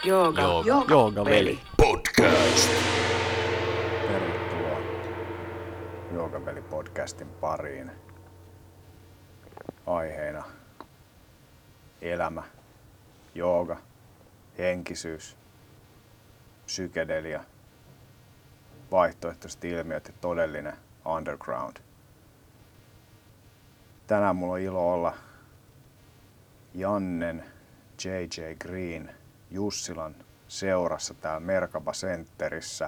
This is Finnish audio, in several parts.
Joogaveli Podcast. Tervetuloa Joogaveli-podcastin pariin. Aiheena elämä, jooga, henkisyys, psykedelia, vaihtoehtoiset ilmiöt ja todellinen underground. Tänään mulla on ilo olla Jannen J.J. Green Jussilan seurassa täällä Merkaba Centerissä.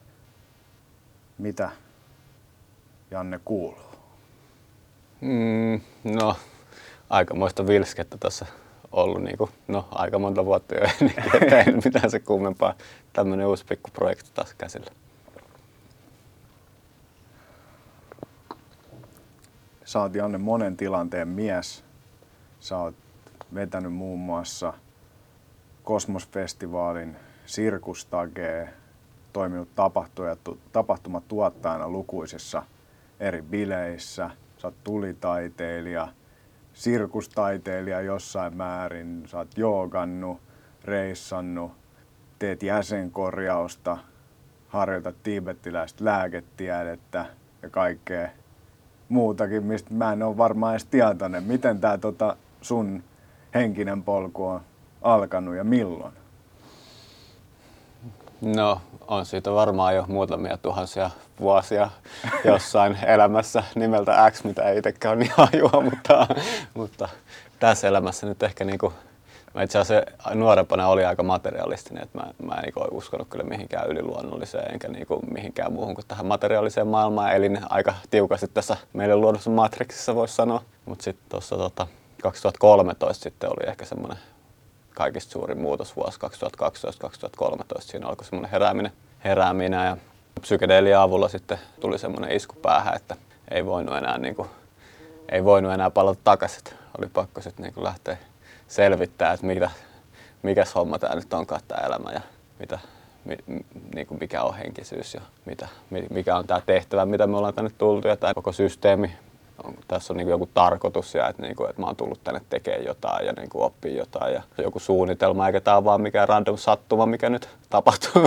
Mitä Janne kuuluu? No, aikamoista vilskettä tässä ollut aika monta vuotta jo ennenkin, että ei mitään se kummempaa. Tämmönen uusi pikkuprojekti taas käsillä. Sä oot, Janne, monen tilanteen mies. Sä oot vetänyt muun muassa Kosmos-festivaalin Sirkustagea, toiminut tapahtumatuottajana lukuisissa eri bileissä. Sä oot tulitaiteilija, sirkustaiteilija jossain määrin. Sä oot joogannut, reissannut, teet jäsenkorjausta, harjoitat tiibettiläistä lääketiedettä ja kaikkea muutakin, mistä mä en ole varmaan edes tietoinen. Miten tää sun henkinen polku on alkanut ja milloin? No, on siitä varmaan jo muutamia tuhansia vuosia jossain elämässä nimeltä X, mitä ei itsekään ole niin hajua, mutta tässä nyt ehkä mä itse asiassa nuorempana oli aika materialistinen, että mä en uskonut kyllä mihinkään yliluonnolliseen enkä mihinkään muuhun kuin tähän materiaaliseen maailmaan. Elin aika tiukasti tässä meille luodussa Matrixissa, voisi sanoa. Mutta sitten tuossa 2013 sitten oli ehkä semmoinen kaikista suurin muutosvuosi, 2012-2013. Siinä alkoi semmoinen herääminen ja psykedeelian avulla sitten tuli semmoinen isku päähän, että ei voinut enää palata takaisin. Oli pakko sitten lähteä selvittää, että mikäs homma tää nyt onkaan tää elämä ja mikä on henkisyys ja mikä on tää tehtävä, mitä me ollaan tänne tultu ja tää koko systeemi. Tässä on joku tarkoitus ja että mä oon tullut tänne tekemään jotain ja oppii jotain ja joku suunnitelma, eikä tää ole vaan mikään random sattuma, mikä nyt tapahtuu.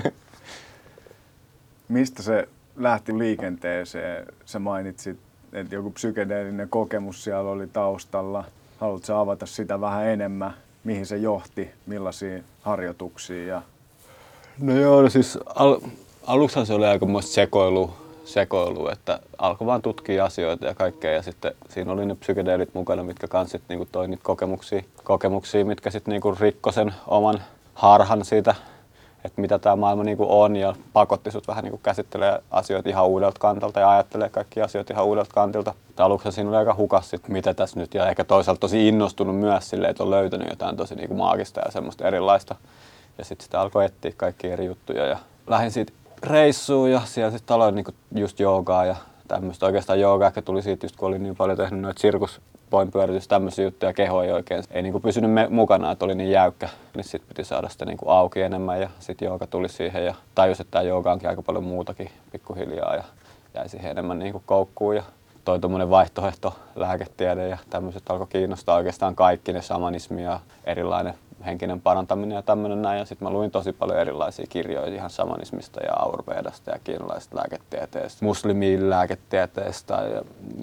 Mistä se lähti liikenteeseen? Sä mainitsit, että joku psykedeellinen kokemus siellä oli taustalla. Haluatko avata sitä vähän enemmän? Mihin se johti? Millaisia harjoituksia? No joo, no siis aluksihan se oli aikamoista sekoilua, että alkoi vaan tutkia asioita ja kaikkea ja sitten siinä oli ne psykedeelit mukana, mitkä kans sit toi niitä kokemuksia, mitkä sitten rikkoi sen oman harhan siitä, että mitä tämä maailma on ja pakotti sut vähän käsittelee asioita ihan uudelta kantilta ja ajattelee kaikki asioita ihan uudelta kantilta. Aluksi siinä oli aika hukas sit, mitä tässä nyt ja ehkä toisaalta tosi innostunut myös silleen, että on löytänyt jotain tosi maagista ja semmoista erilaista. Ja sitten sitä alkoi etsiä kaikki eri juttuja ja lähdin siitä reissuun ja siellä sitten aloin just joogaa ja tämmöistä. Oikeastaan jooga ehkä tuli siitä just kun olin niin paljon tehnyt noita sirkusvoimpyöritys tämmöisiä juttuja, keho ei oikein ei pysynyt mukana, että oli niin jäykkä. Niin sitten piti saada sitä auki enemmän ja sitten jooga tuli siihen ja tajusin, että tämä jooga onkin aika paljon muutakin pikkuhiljaa ja jäi siihen enemmän koukkuun. Ja toi tommonen vaihtoehto, lääketiede ja tämmöiset alkoi kiinnostaa oikeastaan kaikki, ne shamanismi ja erilainen henkinen parantaminen ja tämmöinen näin. Ja sitten mä luin tosi paljon erilaisia kirjoja ihan shamanismista ja ayurvedasta ja kiinalaisesta lääketieteestä, muslimin lääketieteestä ja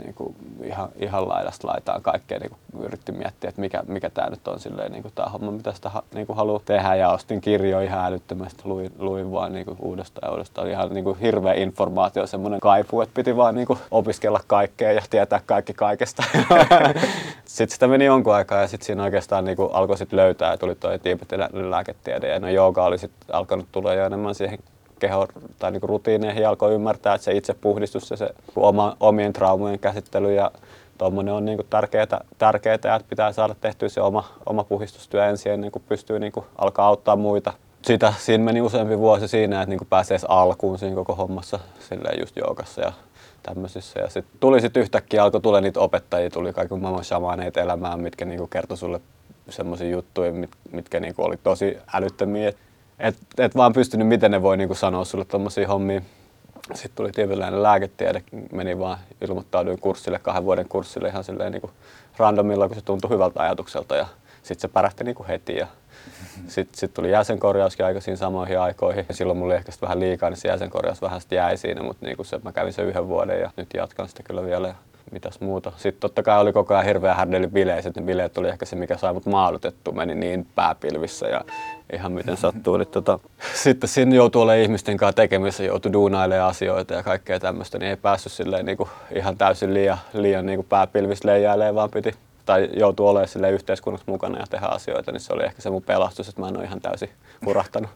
ihan laidasta laitaan kaikkea yritti miettiä, että mikä tää nyt on silleen tää homma, mitä sitä haluaa tehdä ja ostin kirjoja ihan älyttömästi, luin vaan uudestaan ja uudestaan. Ihan hirveä informaatio, semmoinen kaipu, että piti vaan opiskella kaikkea ja tietää kaikki kaikesta. Sitten sitä meni jonkun aikaa ja sitten siinä oikeastaan alkoi sit löytää ja tuli toi tiibetiläinen lääketiede ja jooga oli sitten alkanut tulla jo enemmän siihen keho tai rutiineihin ja alkoi ymmärtää, että se itsepuhdistus ja se omien traumojen käsittely ja tommonen on tärkeää, että pitää saada tehtyä se oma puhdistustyö ensin ennen kuin pystyy alkaa auttaa muita. Siinä meni useampi vuosi siinä, että pääsee edes alkuun siinä koko hommassa silleen just joogassa ja tämmöisissä. Ja sitten tuli yhtäkkiä alkoi tulla niitä opettajia, tuli kaiken maailman shamaneita elämään, mitkä kertoi sulle semmoisia juttuja, mitkä oli tosi älyttömiä. Et vaan pystynyt, miten ne voi sanoa sulle tommosia hommia. Sitten tuli tiibetiläinen lääketiede, meni vaan, ilmoittauduin kurssille, 2 vuoden kurssille ihan silleen randomilla, kun se tuntui hyvältä ajatukselta. Ja sitten se pärähti niin kuin heti. Ja sitten tuli jäsenkorjauskin aika siinä samoihin aikoihin. Ja silloin mulla oli ehkä vähän liikaa, niin se jäsenkorjaus vähän sitten jäi siinä, mutta niin mä kävin sen 1 vuoden ja nyt jatkan sitä kyllä vielä. Ja mitäs muuta. Sitten totta kai oli koko ajan hirveä härdeli bileissä, että ne bileet oli ehkä se, mikä sai mut maadotettua, meni niin pääpilvissä ja ihan miten sattuu. Sitten siinä joutui olemaan ihmisten kanssa tekemissä, joutui duunailemaan asioita ja kaikkea tämmöistä, niin ei päässyt silleen niin kuin ihan täysin liian niin kuin pääpilvissä leijailemaan, vaan piti tai joutui olemaan silleen yhteiskunnassa mukana ja tehdä asioita, niin se oli ehkä se mun pelastus, että mä en ole ihan täysin hurahtanut.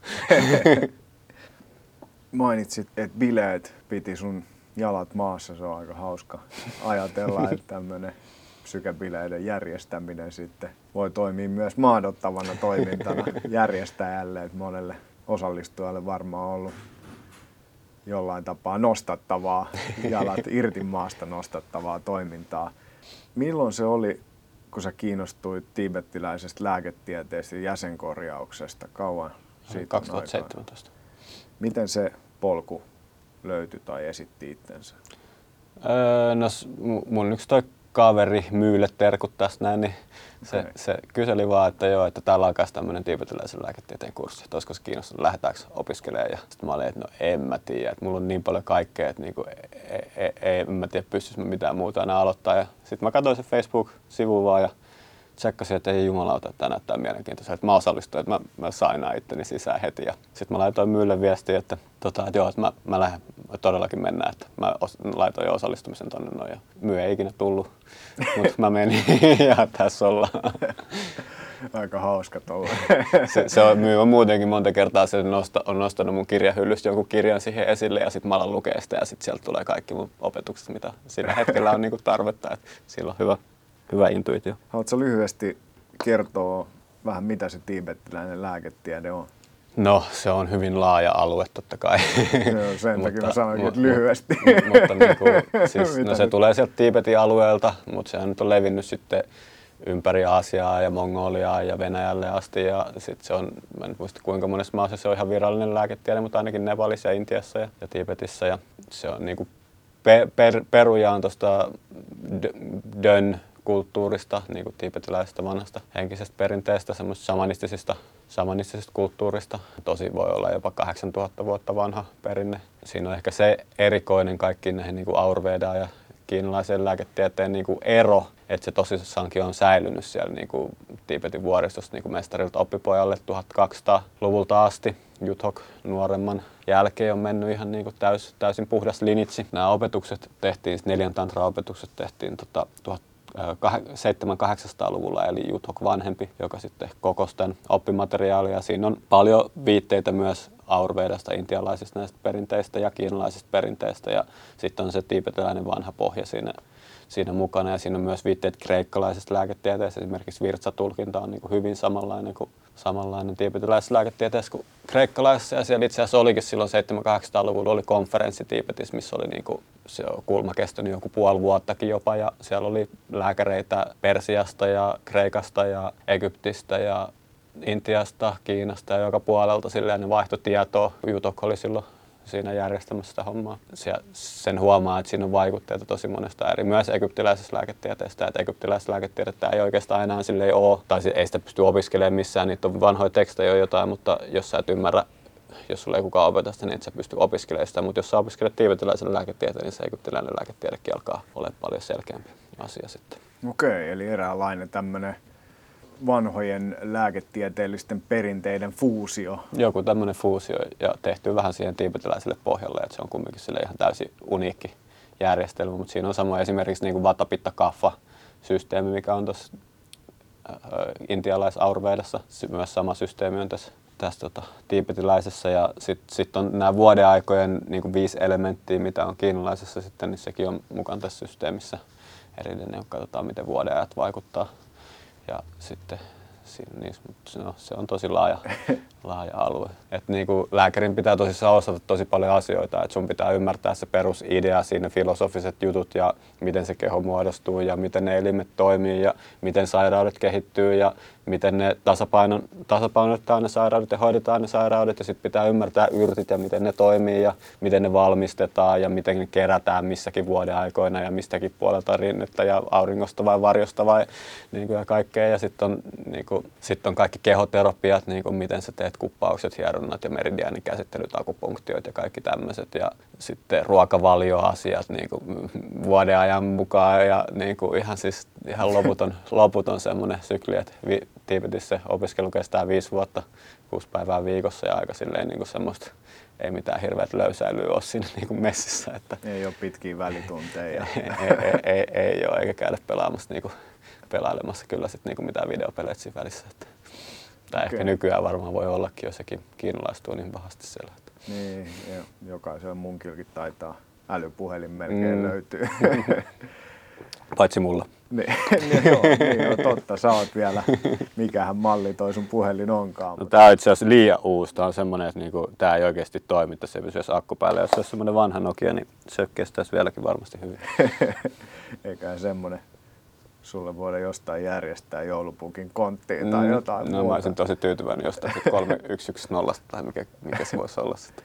Mainitsit, että bileet piti sun jalat maassa, se on aika hauska ajatella, että tämmöinen psykebileiden järjestäminen sitten voi toimia myös maadottavana toimintana järjestäjälle, että monelle osallistujalle varmaan ollut jollain tapaa nostattavaa, jalat irti maasta nostattavaa toimintaa. Milloin se oli, kun sä kiinnostuit tiibettiläisestä lääketieteestä ja jäsenkorjauksesta? Kauan siitä 2017. Miten se polku löytyi tai esitti itsensä? No mun yksi toi kaveri Myyle terkut tästä näin, niin se kyseli vaan, että joo, että täällä on myös tämmöinen tiibetiläisen lääketieteen kurssi, että olisiko se kiinnostunut, lähdetäänkö opiskelemaan. Ja sitten mä olin, että no en mä tiedä, että mulla on niin paljon kaikkea, että niinku, en mä tiedä, pystyisikö mä mitään muuta enää aloittaa. Ja sitten mä katsoin se Facebook-sivu vaan ja tsekkasin, että ei jumalauta, että tämä näyttää mielenkiintoiselta, että mä osallistuin, että mä sain itteni sisään heti. Ja sitten mä laitoin Myylle viestiä, että joo, että mä lähden, todellakin mennään, että mä laitoin jo osallistumisen tonne noin ja Myy ei ikinä tullut, mutta mä menin ja tässä ollaan. Aika hauska tuolla. Myy on muutenkin monta kertaa on nostanut mun kirjahyllystä jonkun kirjan siihen esille ja sitten mä alan lukea sitä ja sitten sieltä tulee kaikki mun opetukset, mitä sillä hetkellä on niinku tarvetta, että sillä on hyvä intuitio. Haluatko lyhyesti kertoa vähän, mitä se tiibettiläinen lääketiede on? No, se on hyvin laaja alue totta kai. Joo, sen takia mä sanoinkin, että lyhyesti. Mutta niinku, siis, no se tulee sieltä Tiibetin alueelta, mutta sehän nyt on levinnyt sitten ympäri Aasiaa ja Mongoliaa ja Venäjälle asti. Ja sitten se on, mä en muista kuinka monessa maassa se on ihan virallinen lääketiede, mutta ainakin Nepalissa ja Intiassa ja Tiibetissä. Ja se on niinku peruja on tuosta Dön kulttuurista, niin kuin tiibetiläisestä vanhasta henkisestä perinteestä, semmoisesta shamanistisesta kulttuurista. Tosi voi olla jopa 8000 vuotta vanha perinne. Siinä on ehkä se erikoinen kaikkiin näihin niin kuin Ayurvedaan ja kiinalaisen lääketieteen niin kuin ero, että se tosissaankin on säilynyt siellä niin kuin Tiibetin vuoristossa niin kuin mestarilta oppipojalle 1200-luvulta asti. Juthok nuoremman jälkeen on mennyt ihan niin kuin täysin puhdas linitsi. Nämä opetukset tehtiin, 4 tantra-opetukset tehtiin 700-800-luvulla, eli Juthok vanhempi, joka sitten kokosi tämän oppimateriaalia. Siinä on paljon viitteitä myös Ayurvedasta, intialaisista näistä perinteistä ja kiinalaisista perinteistä. Ja sitten on se tiibetiläinen vanha pohja siinä mukana. Ja siinä on myös viitteet kreikkalaisesta lääketieteestä. Esimerkiksi virtsatulkinta on niin kuin hyvin samanlainen tiibetiläisessä lääketieteessä kuin kreikkalaisessa. Ja siellä itse asiassa olikin silloin 700-800-luvulla oli konferenssi Tiibetissä, missä oli niin kuin, se kulma kestänyt joku puoli vuottakin jopa. Ja siellä oli lääkäreitä Persiasta ja Kreikasta ja Egyptistä ja Intiasta, Kiinasta ja joka puolelta silleen ne vaihtoi tietoa. Juthok oli silloin siinä järjestämässä sitä hommaa. Sen huomaa, että siinä on vaikutteita tosi monesta eri, myös egyptiläisessä lääketieteestä, että egyptiläisessä lääketiedettä ei oikeastaan enää silleen ole, tai ei sitä pysty opiskelemaan missään, niitä on vanhoja tekstejä jotain, mutta jos sä et ymmärrä, jos sulla ei kukaan opeta sitä, niin et sä pysty opiskelemaan sitä, mutta jos sä opiskelet tiibetiläisen lääketieteen, niin se egyptiläinen lääketiedekin alkaa olemaan paljon selkeämpi asia sitten. Okei, eli eräänlainen tämmöinen vanhojen lääketieteellisten perinteiden fuusio. Joku tämmöinen fuusio ja tehty vähän siihen tiibetiläiselle pohjalle, että se on kumminkin sille ihan täysin uniikki järjestelmä, mutta siinä on samoin esimerkiksi niin kuin Vata Pitta Kapha-systeemi, mikä on tuossa intialais-Ayurvedassa. Myös sama systeemi on tässä tiibetiläisessä ja sitten on nämä vuodenaikojen niin kuin 5 elementtiä, mitä on kiinalaisessa sitten, niin sekin on mukana tässä systeemissä erillinen, kun katsotaan miten vuodenajat vaikuttaa. Ja sitten se on tosi laaja alue. Et niinku lääkärin pitää tosissaan osata tosi paljon asioita. Et sun pitää ymmärtää se perusidea, siinä filosofiset jutut ja miten se keho muodostuu ja miten ne elimet toimii ja miten sairaudet kehittyy ja miten ne tasapainotetaan ne sairaudet ja hoidetaan ne sairaudet ja sitten pitää ymmärtää yrtit ja miten ne toimii ja miten ne valmistetaan ja miten ne kerätään missäkin vuoden aikoina ja mistäkin puolelta rinnettä ja auringosta vai varjosta vai niin kuin, ja kaikkea. Ja sitten on, niin kuin, on kaikki kehoterapiat, niin kuin, miten sä teet kuppaukset, hieronnat ja meridiaanin käsittelyt, akupunktioit ja kaikki tämmöiset. Ja sitten ruokavalioasiat niin kuin vuoden ajan mukaan ja niin kuin ihan loputon semmoinen sykli, että Tiibetissä se opiskelu kestää 5 vuotta, 6 päivää viikossa ja aika silleen niin kuin semmoista, ei mitään hirveät löysäilyä ole siinä niin kuin messissä. Että ei ole pitkiä välitunteja. ei ole, eikä käydä pelaamassa, niin kuin, pelailemassa kyllä sit, niin kuin mitään videopelejä siinä välissä. Että, tai ehkä nykyään varmaan voi ollakin, jos sekin kiinalaistuu niin pahasti siellä. Että. Niin, jokaisella munkilkin taitaa älypuhelin melkein löytyy. Paitsi mulla. Niin, totta. Sä oot vielä, mikähän malli toi sun puhelin onkaan. No, tää on itse asiassa liian uusi. Tää on semmonen, että niinku, tää ei oikeesti toimi, että se pysyisi akku päällä. Jos se olisi semmonen vanha Nokia, niin se kestäisi vieläkin varmasti hyvin. Eiköhän semmonen sulle voida jostain järjestää joulupukin konttiin tai jotain muuta. No mä olisin tosi tyytyväinen jostain 3110 tai mikä se voisi olla sitten.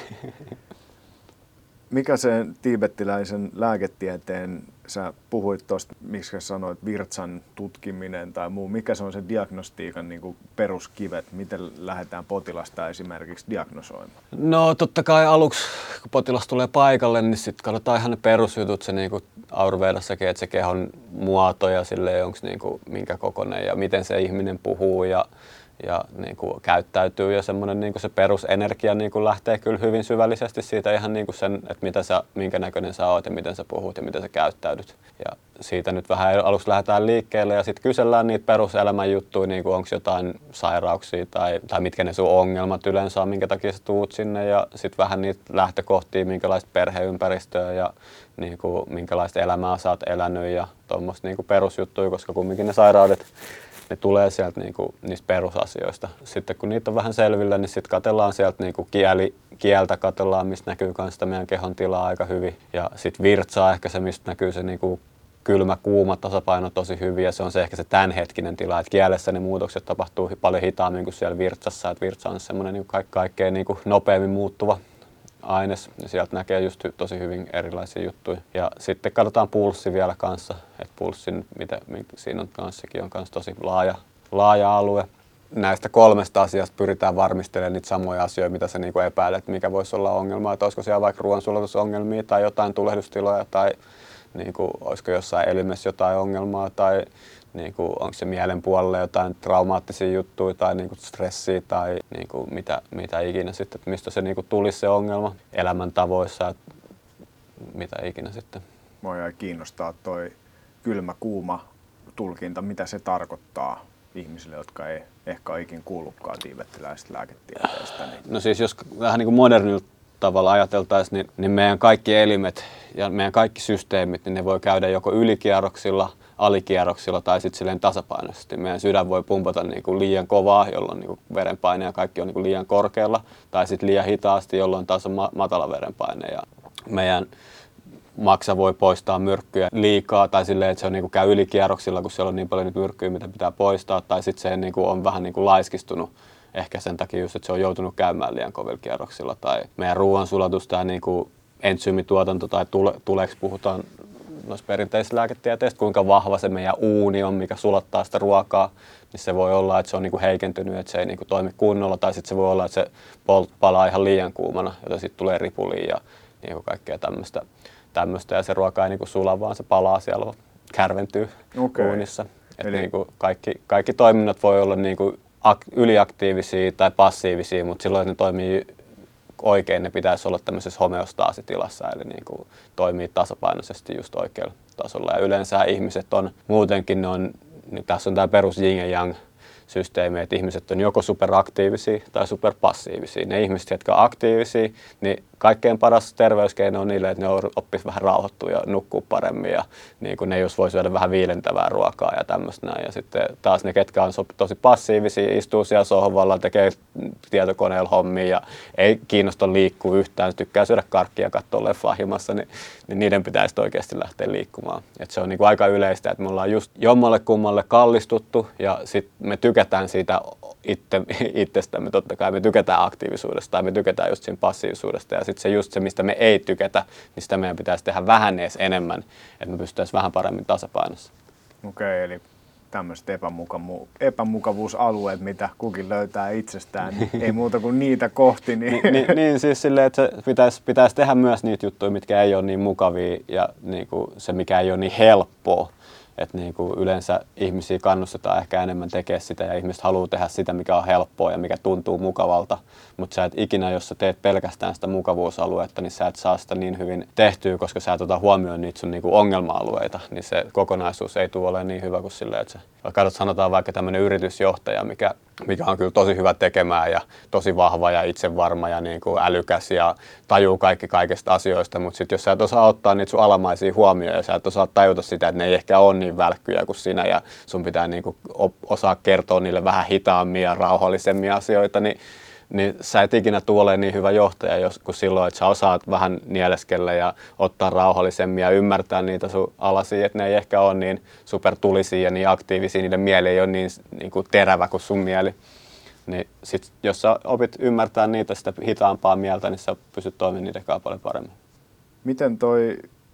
Mikä se tiibettiläisen lääketieteen, sä puhuit tuosta, miksi sanoit virtsan tutkiminen tai muu, mikä se on se diagnostiikan niin kuin peruskivet, miten lähdetään potilasta esimerkiksi diagnosoimaan? No totta kai aluksi, kun potilas tulee paikalle, niin sitten katsotaan ihan ne perusjutut, se niin kuin Ayurvedassakin, että se kehon muoto ja silleen, onko niin kuin minkä kokoinen ja miten se ihminen puhuu ja niin kuin käyttäytyy ja semmoinen niin kuin se perusenergia niin kuin lähtee kyllä hyvin syvällisesti siitä ihan niin kuin sen, että minkä näköinen sä oot ja miten sä puhut ja miten sä käyttäydyt. Ja siitä nyt vähän aluksi lähdetään liikkeelle ja sitten kysellään niitä peruselämän juttuja, niin kuin onko jotain sairauksia tai mitkä ne sun ongelmat yleensä on, minkä takia sä tuut sinne ja sitten vähän niitä lähtökohtia, minkälaista perheympäristöä ja niin kuin, minkälaista elämää sä oot elänyt ja tuommoista niin kuin perusjuttuja, koska kumminkin ne sairaudet ne tulee sieltä niinku, niistä perusasioista. Sitten kun niitä on vähän selvillä, niin sitten katsellaan sieltä niinku kieltä, katsellaan mistä näkyy myös sitä meidän kehon tilaa aika hyvin. Ja sitten virtsaa ehkä se, mistä näkyy se niinku kylmä, kuuma tasapaino tosi hyvin ja se on se ehkä se tämänhetkinen tila. Et kielessä ne muutokset tapahtuu paljon hitaammin kuin siellä virtsassa. Et virtsa on semmoinen niinku kaikkein niinku nopeammin muuttuva aines ja sieltä näkee just tosi hyvin erilaisia juttuja. Ja sitten katsotaan pulssi vielä kanssa, että pulssin, siinä on kanssakin on kans tosi laaja alue. Näistä 3 asiasta pyritään varmistelemaan niitä samoja asioita, mitä sä niinku epäilet, mikä voisi olla ongelma. Että olisiko siellä vaikka ruoansulatusongelmia tai jotain tulehdustiloja tai niinku, olisiko jossain elimessä jotain ongelmaa tai niinku, onko se mielen puolelle jotain traumaattisia juttuja tai niinku stressiä tai niinku, mitä ikinä sitten, että mistä se niinku tulisi se ongelma elämäntavoissa, mitä ikinä sitten. Mua jäi kiinnostaa toi kylmä-kuuma tulkinta, mitä se tarkoittaa ihmisille, jotka ei ehkä ole ikin kuullutkaan tiibettiläisestä lääketieteestä. Niin. No siis jos vähän niin kuin modernilla tavalla ajateltaisiin, niin meidän kaikki elimet ja meidän kaikki systeemit, niin ne voi käydä joko ylikierroksilla, alikierroksilla tai sitten silleen tasapainoisesti. Meidän sydän voi pumpata niin kuin liian kovaa, jolloin niin kuin verenpaine ja kaikki on niin kuin liian korkealla, tai sitten liian hitaasti, jolloin taas on matala verenpaine. Ja meidän maksa voi poistaa myrkkyjä liikaa tai silleen, että se on, niin kuin käy ylikierroksilla, kun siellä on niin paljon niitä myrkkyjä, mitä pitää poistaa, tai sitten se niin kuin on vähän niin kuin laiskistunut. Ehkä sen takia just, että se on joutunut käymään liian kovilla kierroksilla. Tai meidän ruoansulatus, tämä niin kuin entsyymituotanto tai tuleeksi puhutaan noissa perinteisissä lääketieteistä, kuinka vahva se meidän uuni on, mikä sulattaa sitä ruokaa, niin se voi olla, että se on niin kuin heikentynyt, että se ei niin kuin toimi kunnolla, tai sitten se voi olla, että se palaa ihan liian kuumana, jota sitten tulee ripuliin ja niin kuin kaikkea tämmöistä, ja se ruoka ei niin kuin sula, vaan se palaa siellä, kärventyy uunissa. Eli niin kuin kaikki toiminnot voi olla niin kuin yliaktiivisia tai passiivisia, mutta silloin, että ne toimii oikein, ne pitäisi olla tämmöisessä homeostaasitilassa, eli niin kuin toimii tasapainoisesti just oikealla tasolla. Ja yleensä ihmiset on muutenkin, niin tässä on tämä perus yin ja yang systeemi, että ihmiset on joko superaktiivisia tai superpassiivisia. Ne ihmiset, jotka on aktiivisia, niin kaikkein paras terveyskeino on niille, että ne oppis vähän rauhoittua ja nukkua paremmin ja niin kuin ne just voi syödä vähän viilentävää ruokaa ja tämmöistä näin. Ja sitten taas ne, ketkä on tosi passiivisia, istuu siellä sohvalla, tekee tietokoneella hommia ja ei kiinnosta liikkua yhtään, tykkää syödä karkkia ja katsoa leffaa himassa, niin niiden pitäisi oikeasti lähteä liikkumaan. Et se on niin kuin aika yleistä, että me ollaan just jommalle kummalle kallistuttu ja sitten me tykätään siitä itsestämme, totta kai me tykätään aktiivisuudesta tai me tykätään just siinä passiivisuudesta ja sitten se just se, mistä me ei tykätä, niin sitä meidän pitäisi tehdä vähän edes enemmän, että me pystyttäisiin vähän paremmin tasapainossa. Okei, eli tämmöiset epämukavuusalueet, mitä kukin löytää itsestään, niin ei muuta kuin niitä kohti. Niin siis silleen, että se pitäisi tehdä myös niitä juttuja, mitkä ei ole niin mukavia ja niin kuin se, mikä ei ole niin helppoa. Että niin kuin yleensä ihmisiä kannustetaan ehkä enemmän tekemään sitä ja ihmiset haluaa tehdä sitä, mikä on helppoa ja mikä tuntuu mukavalta. Mutta sä et ikinä, jos sä teet pelkästään sitä mukavuusaluetta, niin sä et saa sitä niin hyvin tehtyä, koska sä et ota huomioon niitä sun niinku ongelma-alueita. Niin se kokonaisuus ei tule olemaan niin hyvä kuin silleen, että sanotaan vaikka tämmöinen yritysjohtaja, mikä on kyllä tosi hyvä tekemään ja tosi vahva ja itsevarma ja niin kuin älykäs ja tajuu kaikista asioista, mutta sitten jos sä et osaa ottaa niitä sun alamaisia huomioon ja sä et osaa tajuta sitä, että ne ei ehkä ole niin välkkyjä kuin sinä ja sun pitää niin kuin osaa kertoa niille vähän hitaammin ja rauhallisemmin asioita, niin sä et ikinä tule niin hyvä johtaja, kun silloin, että sä osaat vähän nieleskellä ja ottaa rauhallisemmin ja ymmärtää niitä sun alasia, että ne ei ehkä ole niin supertulisia ja niin aktiivisia, niiden mieli ei ole niin kuin terävä kuin sun mieli. Niin sit, jos sä opit ymmärtää niitä sitä hitaampaa mieltä, niin sä pystyt toimimaan niiden kanssa paljon paremmin. Miten toi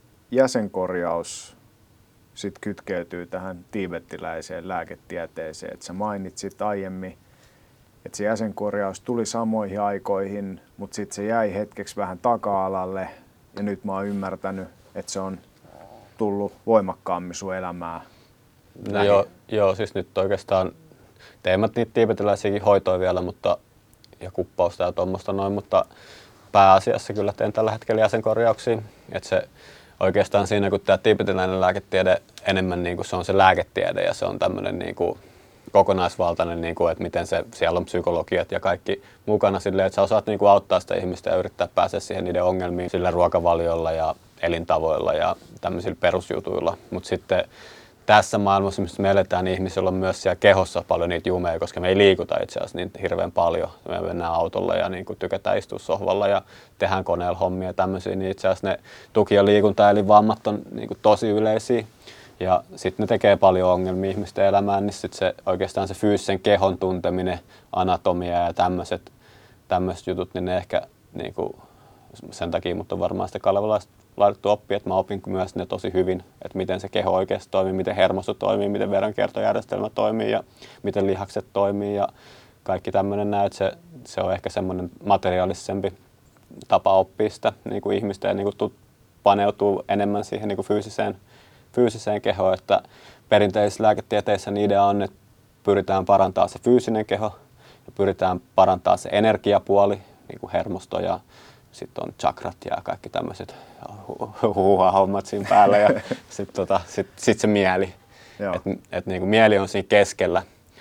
jäsenkorjaus sit kytkeytyy tähän tiibettiläiseen lääketieteeseen? Et sä mainitsit aiemmin, että se jäsenkorjaus tuli samoihin aikoihin, mutta sitten se jäi hetkeksi vähän taka-alalle ja nyt mä oon ymmärtänyt, että se on tullut voimakkaammin sun elämää. No joo, siis nyt oikeastaan teemat niitä tiibetiläisiäkin hoitoja vielä, ja kuppausta ja tuommoista noin, mutta pääasiassa kyllä teen tällä hetkellä jäsenkorjauksia. Että se oikeastaan siinä, kun tämä tiibetiläinen lääketiede enemmän niin kuin se on se lääketiede ja se on tämmöinen niin kuin kokonaisvaltainen, niin kuin, että miten siellä on psykologiat ja kaikki mukana silleen, että sä osaat niin kuin auttaa sitä ihmistä ja yrittää päästä siihen niiden ongelmiin sillä ruokavaliolla ja elintavoilla ja tämmöisillä perusjutuilla. Mutta sitten tässä maailmassa, missä me eletään, niin ihmisillä on myös siellä kehossa paljon niitä jumeja, koska me ei liikuta itse asiassa niin hirveän paljon. Me mennään autolla ja niin kuin tykätään istua sohvalla ja tehdään koneella hommia ja tämmöisiä, niin itse asiassa ne tuki- ja liikuntaelinvammat on niin kuin tosi yleisiä. Ja sitten ne tekee paljon ongelmia ihmisten elämään, niin sitten se oikeastaan se fyysisen kehon tunteminen, anatomia ja tämmöiset jutut, niin ne ehkä niin kuin, sen takia mut on varmaan sitä kalevalaista laitettu oppia, että mä opin myös ne tosi hyvin, että miten se keho oikeasti toimii, miten hermosto toimii, miten verenkiertojärjestelmä toimii ja miten lihakset toimii ja kaikki tämmöinen näin, että se on ehkä semmoinen materiaalisempi tapa oppia sitä niin kuin ihmistä ja niin kuin paneutuu enemmän siihen niin kuin fyysiseen kehoon, että perinteisissä lääketieteissä niin idea on, että pyritään parantamaan se fyysinen keho ja pyritään parantamaan se energiapuoli, niin kuin hermosto ja sitten on chakrat ja kaikki tämmöiset hommat siinä päällä ja sitten se mieli. Et niin kuin mieli on siinä keskellä,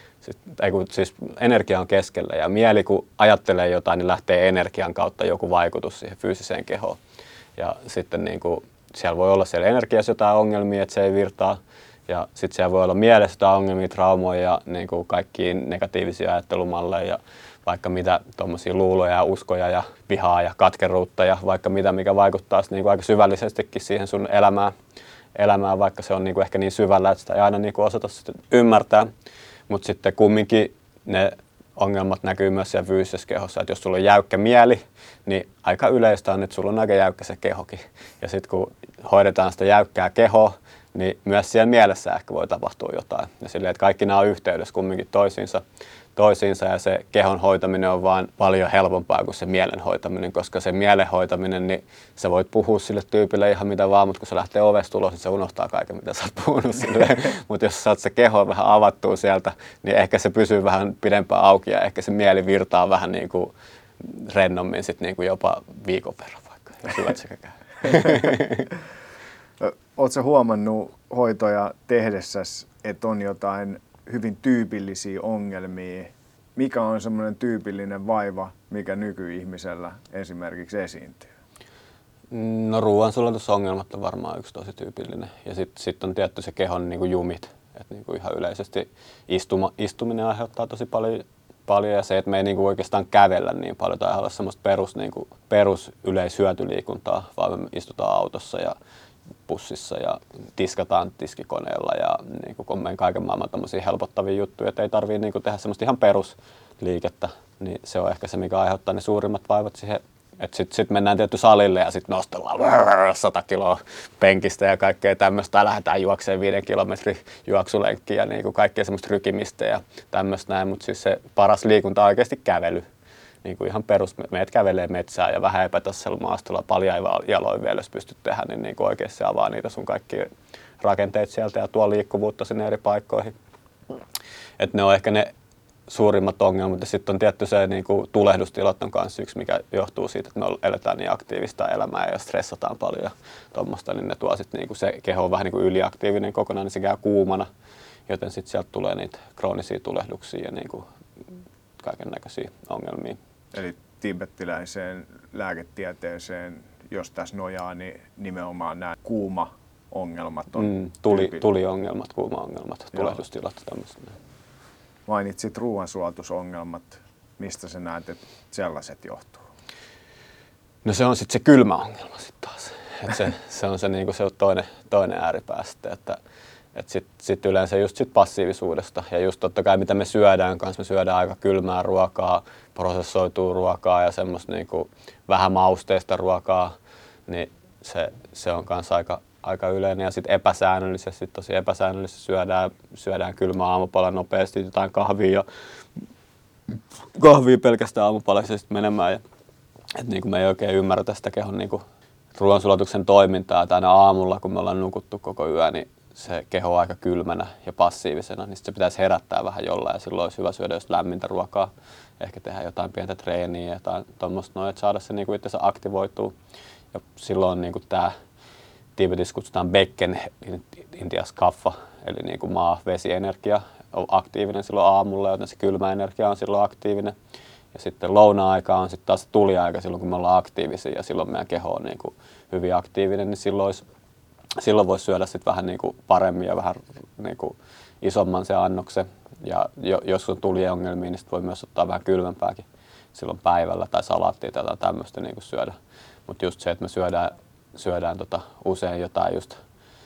siis energia on keskellä ja mieli kun ajattelee jotain, niin lähtee energian kautta joku vaikutus siihen fyysiseen kehoon. Ja sitten niin kuin siellä voi olla siellä energiassa jotain ongelmia, että se ei virtaa. Ja sitten siellä voi olla mielessä jotain ongelmia, traumoja ja niin kuin kaikkia negatiivisia ajattelumalleja ja vaikka mitä tuommoisia luuloja ja uskoja ja vihaa ja katkeruutta ja vaikka mitä, mikä vaikuttaa niin kuin aika syvällisestikin siihen sun elämään, vaikka se on niin kuin ehkä niin syvällä, että sitä ei aina niin kuin osata ymmärtää. Mutta sitten kumminkin ne ongelmat näkyy myös siellä fyysisessä kehossa, että jos sulla on jäykkä mieli, niin aika yleistä on, että sulla on aika jäykkä se kehokin. Ja sitten kun hoidetaan sitä jäykkää kehoa, niin myös siellä mielessä ehkä voi tapahtua jotain. Ja silleen, että kaikki nämä on yhteydessä kumminkin toisiinsa ja se kehon hoitaminen on vaan paljon helpompaa kuin se mielen hoitaminen, koska se mielen hoitaminen, niin sä voit puhua sille tyypille ihan mitä vaan, mutta kun se lähtee ovesta ulos, niin se unohtaa kaiken, mitä sä oot puhunut silleen. Mutta jos sä saat se keho vähän avattua sieltä, niin ehkä se pysyy vähän pidempään auki ja ehkä se mieli virtaa vähän niin kuin rennommin sit niin kuin jopa viikon verran vaikka, jos hyvät sekä käy. Oletko huomannut hoitoja tehdessäsi, että on jotain hyvin tyypillisiä ongelmia. Mikä on semmoinen tyypillinen vaiva, mikä nykyihmisellä esimerkiksi esiintyy? No ruoansulatusongelmat on varmaan yksi tosi tyypillinen. Ja sitten on tietty se kehon niin kuin jumit. Että niin kuin ihan yleisesti istuminen aiheuttaa tosi paljon ja se, että me ei niin kuin oikeastaan kävellä niin paljon tai olla semmoista perus yleishyötyliikuntaa, vaan me istutaan autossa ja bussissa ja tiskataan tiskikoneella ja niin kuin on kaiken maailman tämmöisiä helpottavia juttuja, että ei tarvitse niin kuin tehdä semmoista ihan perusliikettä, niin se on ehkä se, mikä aiheuttaa ne suurimmat vaivat siihen. Että sitten mennään tietty salille ja sitten nostellaan 100 kiloa penkistä ja kaikkea tämmöistä. Tai lähdetään juokseen 5 kilometrin juoksulenkkiä ja niin kuin kaikkea semmoista rykimistä ja tämmöistä näin. Mutta siis se paras liikunta on oikeasti kävely. Niin kuin ihan perus, meet kävelee metsää ja vähän epätassella maastolla paljon jaloin vielä, jos pystyt tehdä, niin kuin oikeasti se avaa niitä sun kaikki rakenteet sieltä ja tuo liikkuvuutta sinne eri paikkoihin. Että ne on ehkä ne suurimmat ongelmat. Ja sitten on tietty se niin kuin tulehdustilat on kanssa yksi, mikä johtuu siitä, että me eletään niin aktiivista elämää ja stressataan paljon ja tuommoista, niin ne tuo sitten niin kuin se keho on vähän niin kuin yliaktiivinen kokonaan, niin se käy kuumana, joten sitten sieltä tulee niitä kroonisia tulehduksia ja niin kuin kaiken näköisiä ongelmia. Eli tiibettiläiseen lääketieteeseen, jos tässä nojaa, niin nimenomaan nämä kuuma-ongelmat on tuliongelmat, kuuma-ongelmat, tulehdustilat ja tämmöiset. Mainitsit ruoansulatusongelmat. Mistä sä näet, että sellaiset johtuu? No se on sitten se kylmä ongelma sitten taas. Se on se, niinku se toinen ääripää sitten, että sit yleensä just sit passiivisuudesta ja just totta kai mitä me syödään kanssa, me syödään aika kylmää ruokaa, prosessoitua ruokaa ja semmoista niinku vähän mausteista ruokaa, niin se on kanssa aika yleinen ja sitten tosi epäsäännöllisesti syödään kylmää aamupala nopeasti, jotain kahvia pelkästään aamupalaksi sitten menemään. Että niin me ei oikein ymmärretä sitä kehon niin ruoansulatuksen toimintaa, että aina aamulla kun me ollaan nukuttu koko yö, niin se keho on aika kylmänä ja passiivisena, niin se pitäisi herättää vähän jollain ja silloin olisi hyvä syödä just lämmintä ruokaa, ehkä tehdä jotain pientä treeniä ja jotain tuommoista noin, että saada se niin itsensä aktivoituu. Ja silloin niin tämä Tiibetissä kutsutaan bekken, Intiassa kaffa, eli niin kuin maa-vesienergia on aktiivinen silloin aamulla, joten se kylmä energia on silloin aktiivinen. Ja sitten louna-aika on sitten taas tuliaika silloin, kun me ollaan aktiivisia ja silloin meidän keho on niin kuin hyvin aktiivinen, niin silloin voisi syödä sitten vähän niin kuin paremmin ja vähän niin kuin isomman se annoksen. Ja jos on tuliongelmia, niin sitten voi myös ottaa vähän kylmempääkin silloin päivällä tai salaattia tai tämmöistä niin kuin syödä. Mutta just se, että me syödään usein jotain just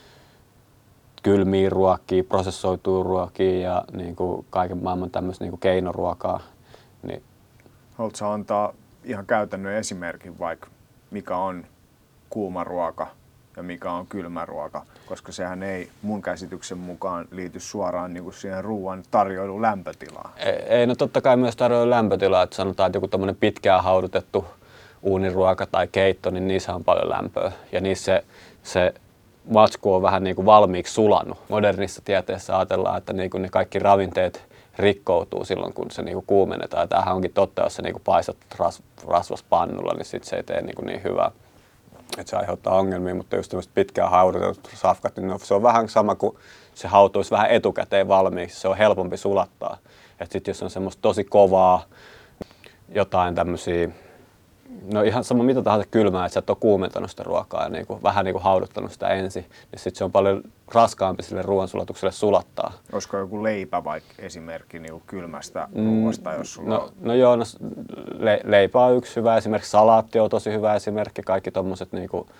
kylmiä ruokia, prosessoitua ruokia ja niin kuin kaiken maailman tämmöistä niin kuin keinoruokaa. Niin. Haluatko antaa ihan käytännön esimerkin vaikka, mikä on kuuma ruoka ja mikä on kylmä ruoka, koska sehän ei mun käsityksen mukaan liity suoraan niin kuin siihen ruoan tarjoilun lämpötilaan. Ei, no totta kai myös tarjoilun lämpötilaa, että sanotaan, että joku tämmöinen pitkään haudutettu uuniruoka tai keitto, niin niissä on paljon lämpöä ja niissä se matsku on vähän niin kuin valmiiksi sulanut. Modernissa tieteessä ajatellaan, että niin kuin ne kaikki ravinteet rikkoutuu silloin, kun se niin kuin kuumennetaan. Ja tämähän onkin totta, jos sä niin kuin paistat rasvaspannulla, niin sit se ei tee niin hyvää. Että se aiheuttaa ongelmia, mutta just tämmöiset pitkään haudutetut safkat, niin se on vähän sama kuin se hautuisi vähän etukäteen valmiiksi. Se on helpompi sulattaa. Että sit jos on semmoista tosi kovaa, jotain tämmöisiä, no ihan sama mitä tahansa kylmää, että sä et ole kuumentanut sitä ruokaa ja vähän hauduttanut sitä ensin, niin sitten se on paljon raskaampi sille ruoansulatukselle sulattaa. Olisiko joku leipä vaikka esimerkki niin kylmästä ruoasta, jos sulla on? No joo, leipä on yksi hyvä esimerkki, salaatti on tosi hyvä esimerkki, kaikki tommoset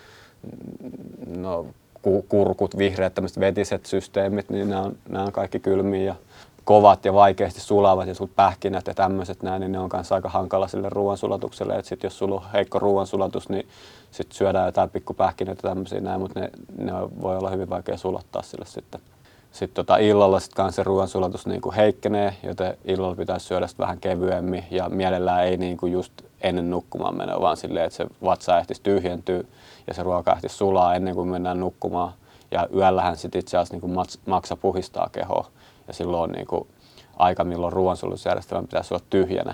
kurkut, vihreät, tämmöiset vetiset systeemit, niin nämä on kaikki kylmiä ja kovat ja vaikeasti sulavat ja pähkinät ja tämmöiset näin, niin ne on kanssa aika hankala sille ruoansulatukselle. Et sit jos sulla on heikko ruoansulatus, niin sit syödään jotain pikkupähkinöitä ja tämmöisiä näin, mutta ne voi olla hyvin vaikea sulattaa sille sitten. Sitten illalla sit kanssa se ruoansulatus niinku heikkenee, joten illalla pitäisi syödä sit vähän kevyemmin ja mielellään ei niinku just ennen nukkumaan menoa, vaan silleen, että se vatsa ehtisi tyhjentyä ja se ruoka ehtisi sulaa ennen kuin mennään nukkumaan. Ja yöllähän sit itse asiassa niinku maksa puhistaa kehoa. Ja silloin on niinku aika, milloin ruoansulatusjärjestelmän pitäisi olla tyhjänä.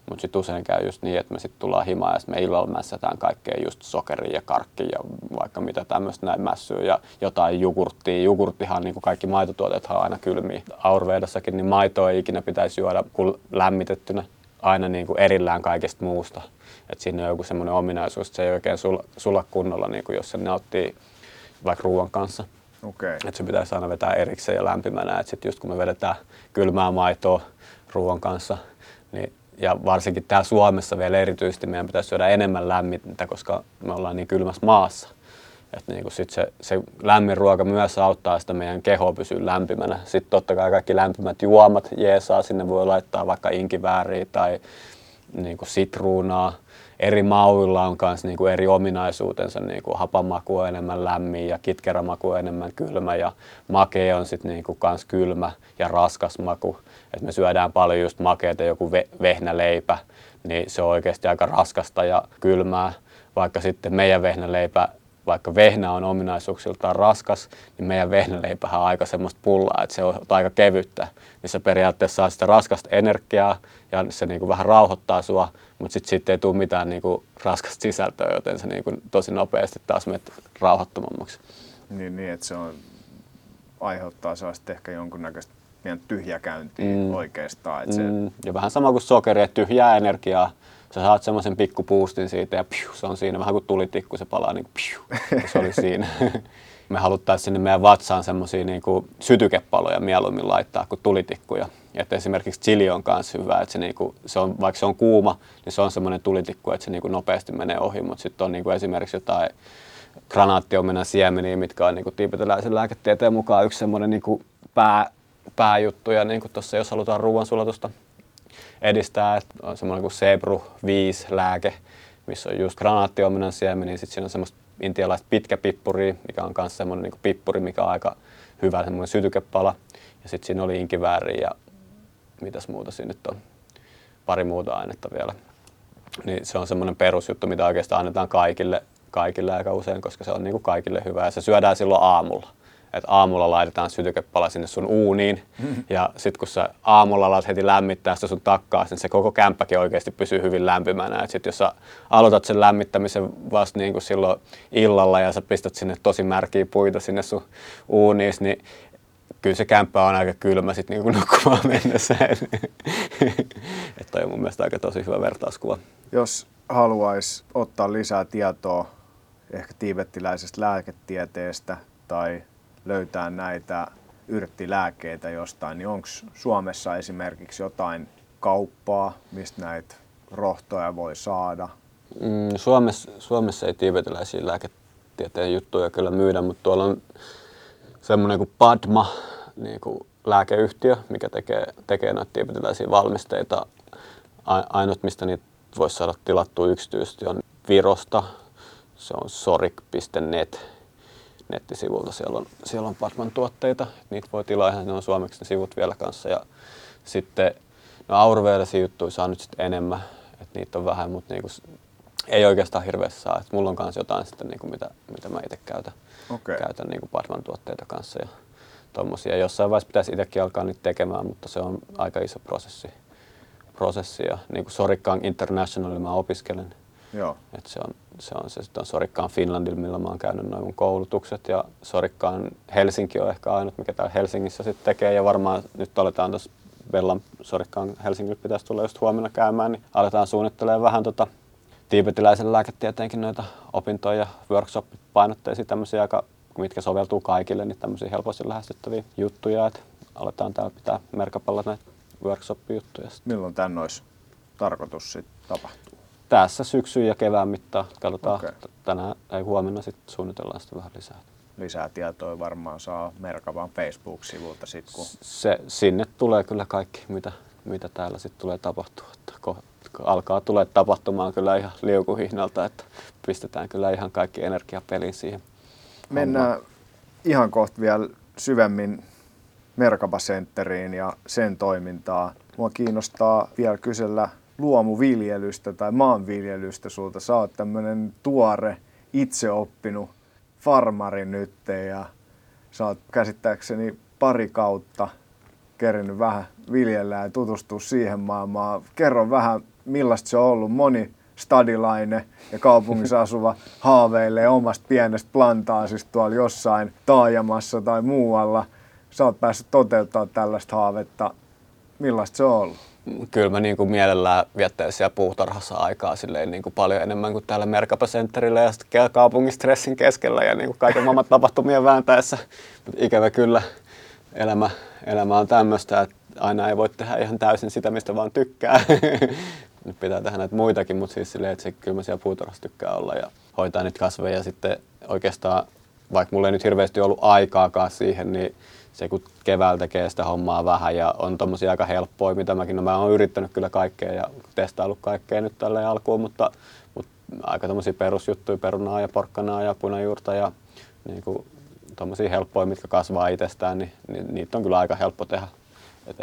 Mutta sitten usein käy just niin, että me sitten tullaan himaan ja sitten me illalla mässätään kaikkea just sokeria ja karkkia ja vaikka mitä tämmöistä näin mässyä ja jotain jogurttia. Jogurttihan niin kuin kaikki maitotuotteethan on aina kylmiä. Ayurvedassakin niin maitoa ei ikinä pitäisi juoda kuin lämmitettynä aina niin kuin erillään kaikesta muusta. Että siinä on joku semmoinen ominaisuus, että se ei oikein sula kunnolla, niin kuin jos se nauttii vaikka ruoan kanssa. Okay. Että se pitäisi aina vetää erikseen ja lämpimänä. Että sitten just kun me vedetään kylmää maitoa ruoan kanssa, niin, ja varsinkin täällä Suomessa vielä erityisesti meidän pitäisi syödä enemmän lämmintä, koska me ollaan niin kylmässä maassa. Että niin sit se lämmin ruoka myös auttaa sitä meidän kehoa pysyä lämpimänä. Sitten totta kai kaikki lämpimät juomat jeesaa, sinne voi laittaa vaikka inkivääriä tai niin sitruunaa. Eri mauilla on myös niin eri ominaisuutensa, niin hapanmaku on enemmän lämmin ja kitkerämaku on enemmän kylmä ja makea on sitten niin kans kylmä ja raskas maku. Et me syödään paljon just makeita, joku vehnäleipä, niin se on oikeasti aika raskasta ja kylmää, vaikka sitten meidän vehnäleipä, vaikka vehnä on ominaisuuksiltaan raskas, niin meidän vehnäleipähän on aika semmoista pullaa, että se on aika kevyttä. Niin se periaatteessa saa sitä raskasta energiaa ja se niinku vähän rauhoittaa sua, mutta sitten siitä ei tule mitään niinku raskasta sisältöä, joten se niinku tosi nopeasti taas menet rauhoittomammaksi. Niin, että se on, aiheuttaa sellaista ehkä jonkunnäköistä pian tyhjäkäyntiä oikeastaan. Että Ja vähän sama kuin sokeri, että tyhjää energiaa. Sä saat semmoisen pikkupuustin siitä ja se on siinä vähän kuin tulitikku, se palaa niin kuin se oli siinä. Me haluttaisiin sinne meidän vatsaan semmoisia niin kuin sytykepaloja mieluummin laittaa kuin tulitikkuja. Että esimerkiksi chili on myös hyvä, että se on, vaikka se on kuuma, niin se on semmoinen tulitikku, että se niin kuin nopeasti menee ohi. Mutta sitten on niin kuin esimerkiksi jotain granaattiomenan siemeniä, mitkä on niin kuin tiibetiläisen lääketieteen mukaan yksi semmoinen niin kuin pääjuttu. Ja niin kuin tuossa, jos halutaan ruoansulatusta edistää, että on semmoinen kuin Sebru 5 lääke, missä on just granaattiomenan siemeniä, sitten siinä on semmoista intialaista pitkäpippuria, mikä on myös semmoinen niin kuin pippuri, mikä on aika hyvä semmoinen sytykepala. Ja sitten siinä oli inkivääriä ja mitäs muuta siinä nyt on, pari muuta ainetta vielä. Niin se on semmoinen perusjuttu, mitä oikeastaan annetaan kaikille aika usein, koska se on niin kuin kaikille hyvä ja se syödään silloin aamulla. Että aamulla laitetaan sytykepala sinne sun uuniin ja sitten kun sä aamulla alat heti lämmittää sitä sun takkaa, niin se koko kämppäkin oikeasti pysyy hyvin lämpimänä. Et sit jos sä aloitat sen lämmittämisen vasta niin kuin silloin illalla ja sä pistät sinne tosi märkiä puita sinne sun uuniin, niin kyllä se kämppä on aika kylmä sit niin kuin nukkumaan mennessä. Että toi on mun mielestä aika tosi hyvä vertauskuva. Jos haluaisi ottaa lisää tietoa ehkä tiibettiläisestä lääketieteestä tai löytää näitä yrttilääkkeitä jostain, niin onko Suomessa esimerkiksi jotain kauppaa, mistä näitä rohtoja voi saada? Suomessa ei tiibetiläisiä lääketieteen juttuja kyllä myydä, mutta tuolla on semmoinen kuin Padma niin kuin lääkeyhtiö, mikä tekee noita tiibetiläisiä valmisteita. Ainut, mistä niitä voisi saada tilattua yksityisesti, on Virosta. Se on sorik.net. Nettisivulta. Siellä on Padman tuotteita, niitä voi tilaa ihan, ne on suomeksi ne sivut vielä kanssa. Ja sitten Ayurvedasia juttuja saa nyt sitten enemmän, että niitä on vähän, mutta niinku, ei oikeastaan hirveästi saa. Et mulla on myös jotain sitten, niinku, mitä mä itse käytän niinku Padman tuotteita kanssa ja tommosia. Jossain vaiheessa pitäisi itsekin alkaa niitä tekemään, mutta se on aika iso prosessi. Ja niinku Sorikkaan Internationalilla mä opiskelen. Joo. Et se on sitten Sorikkaan Finlandilla, millä mä oon käynyt noin mun koulutukset ja Sorikkaan Helsinki on ehkä ainut, mikä täällä Helsingissä sitten tekee ja varmaan nyt aletaan tuossa Bellan Sorikkaan Helsingillä pitäisi tulla just huomenna käymään, niin aletaan suunnittelemaan vähän tiibetiläisen lääketietenkin noita opintoja ja workshop-painotteisia tämmöisiä, mitkä soveltuu kaikille, niin tämmöisiä helposti lähestyttäviä juttuja, että aletaan täällä pitää Merkapalla näitä workshop-juttuja. Milloin tän olisi tarkoitus sitten tapahtua? Tässä syksyn ja kevään mittaan. Katsotaan tänään, ei huomenna sitten suunnitellaan sitä vähän lisää. Lisää tietoa varmaan saa Merkavan Facebook-sivulta sitten. Kun Sinne tulee kyllä kaikki, mitä täällä sitten tulee tapahtua. Alkaa tulee tapahtumaan kyllä ihan liukuhihnalta, että pistetään kyllä ihan kaikki energiapeliin siihen. Mennään ihan kohta vielä syvemmin Merkaba Centeriin ja sen toimintaa. Mua kiinnostaa vielä kysellä luomuviljelystä tai maanviljelystä sulta. Sä oot tämmönen tuore, itseoppinut farmari nyt ja sä oot käsittääkseni pari kautta kerinyt vähän viljellä ja tutustua siihen maailmaan. Kerro vähän, millaista se on ollut. Moni stadilainen ja kaupungissa asuva haaveilee omasta pienestä plantaasista tuolla jossain taajamassa tai muualla. Sä oot päässyt toteuttamaan tällaista haavetta. Millaista se on ollut? Kyllä mä niin kuin mielellään viettäisin siellä puutarhassa aikaa silleen niin kuin paljon enemmän kuin täällä Merkapa Centerillä ja sitten kaupungistressin keskellä ja niin kuin kaiken maailman tapahtumien vääntäessä. Mutta ikävä kyllä elämä on tämmöistä, että aina ei voi tehdä ihan täysin sitä, mistä vaan tykkää. Nyt pitää tehdä näitä muitakin, mutta siis silleen, että kyllä mä siellä puutarhassa tykkää olla ja hoitaa niitä kasveja. Ja sitten oikeastaan, vaikka mulla ei nyt hirveästi ollut aikaakaan siihen, niin se kun keväällä tekee sitä hommaa vähän ja on tommosia aika helppoja, mitä mä oon yrittänyt kyllä kaikkea ja testaillut kaikkea nyt tälleen alkuun, mutta aika tommosia perusjuttuja, perunaa ja porkkanaa ja punajuurta ja niinku tommosia helppoja, mitkä kasvaa itsestään, niin niitä on kyllä aika helppo tehdä. Et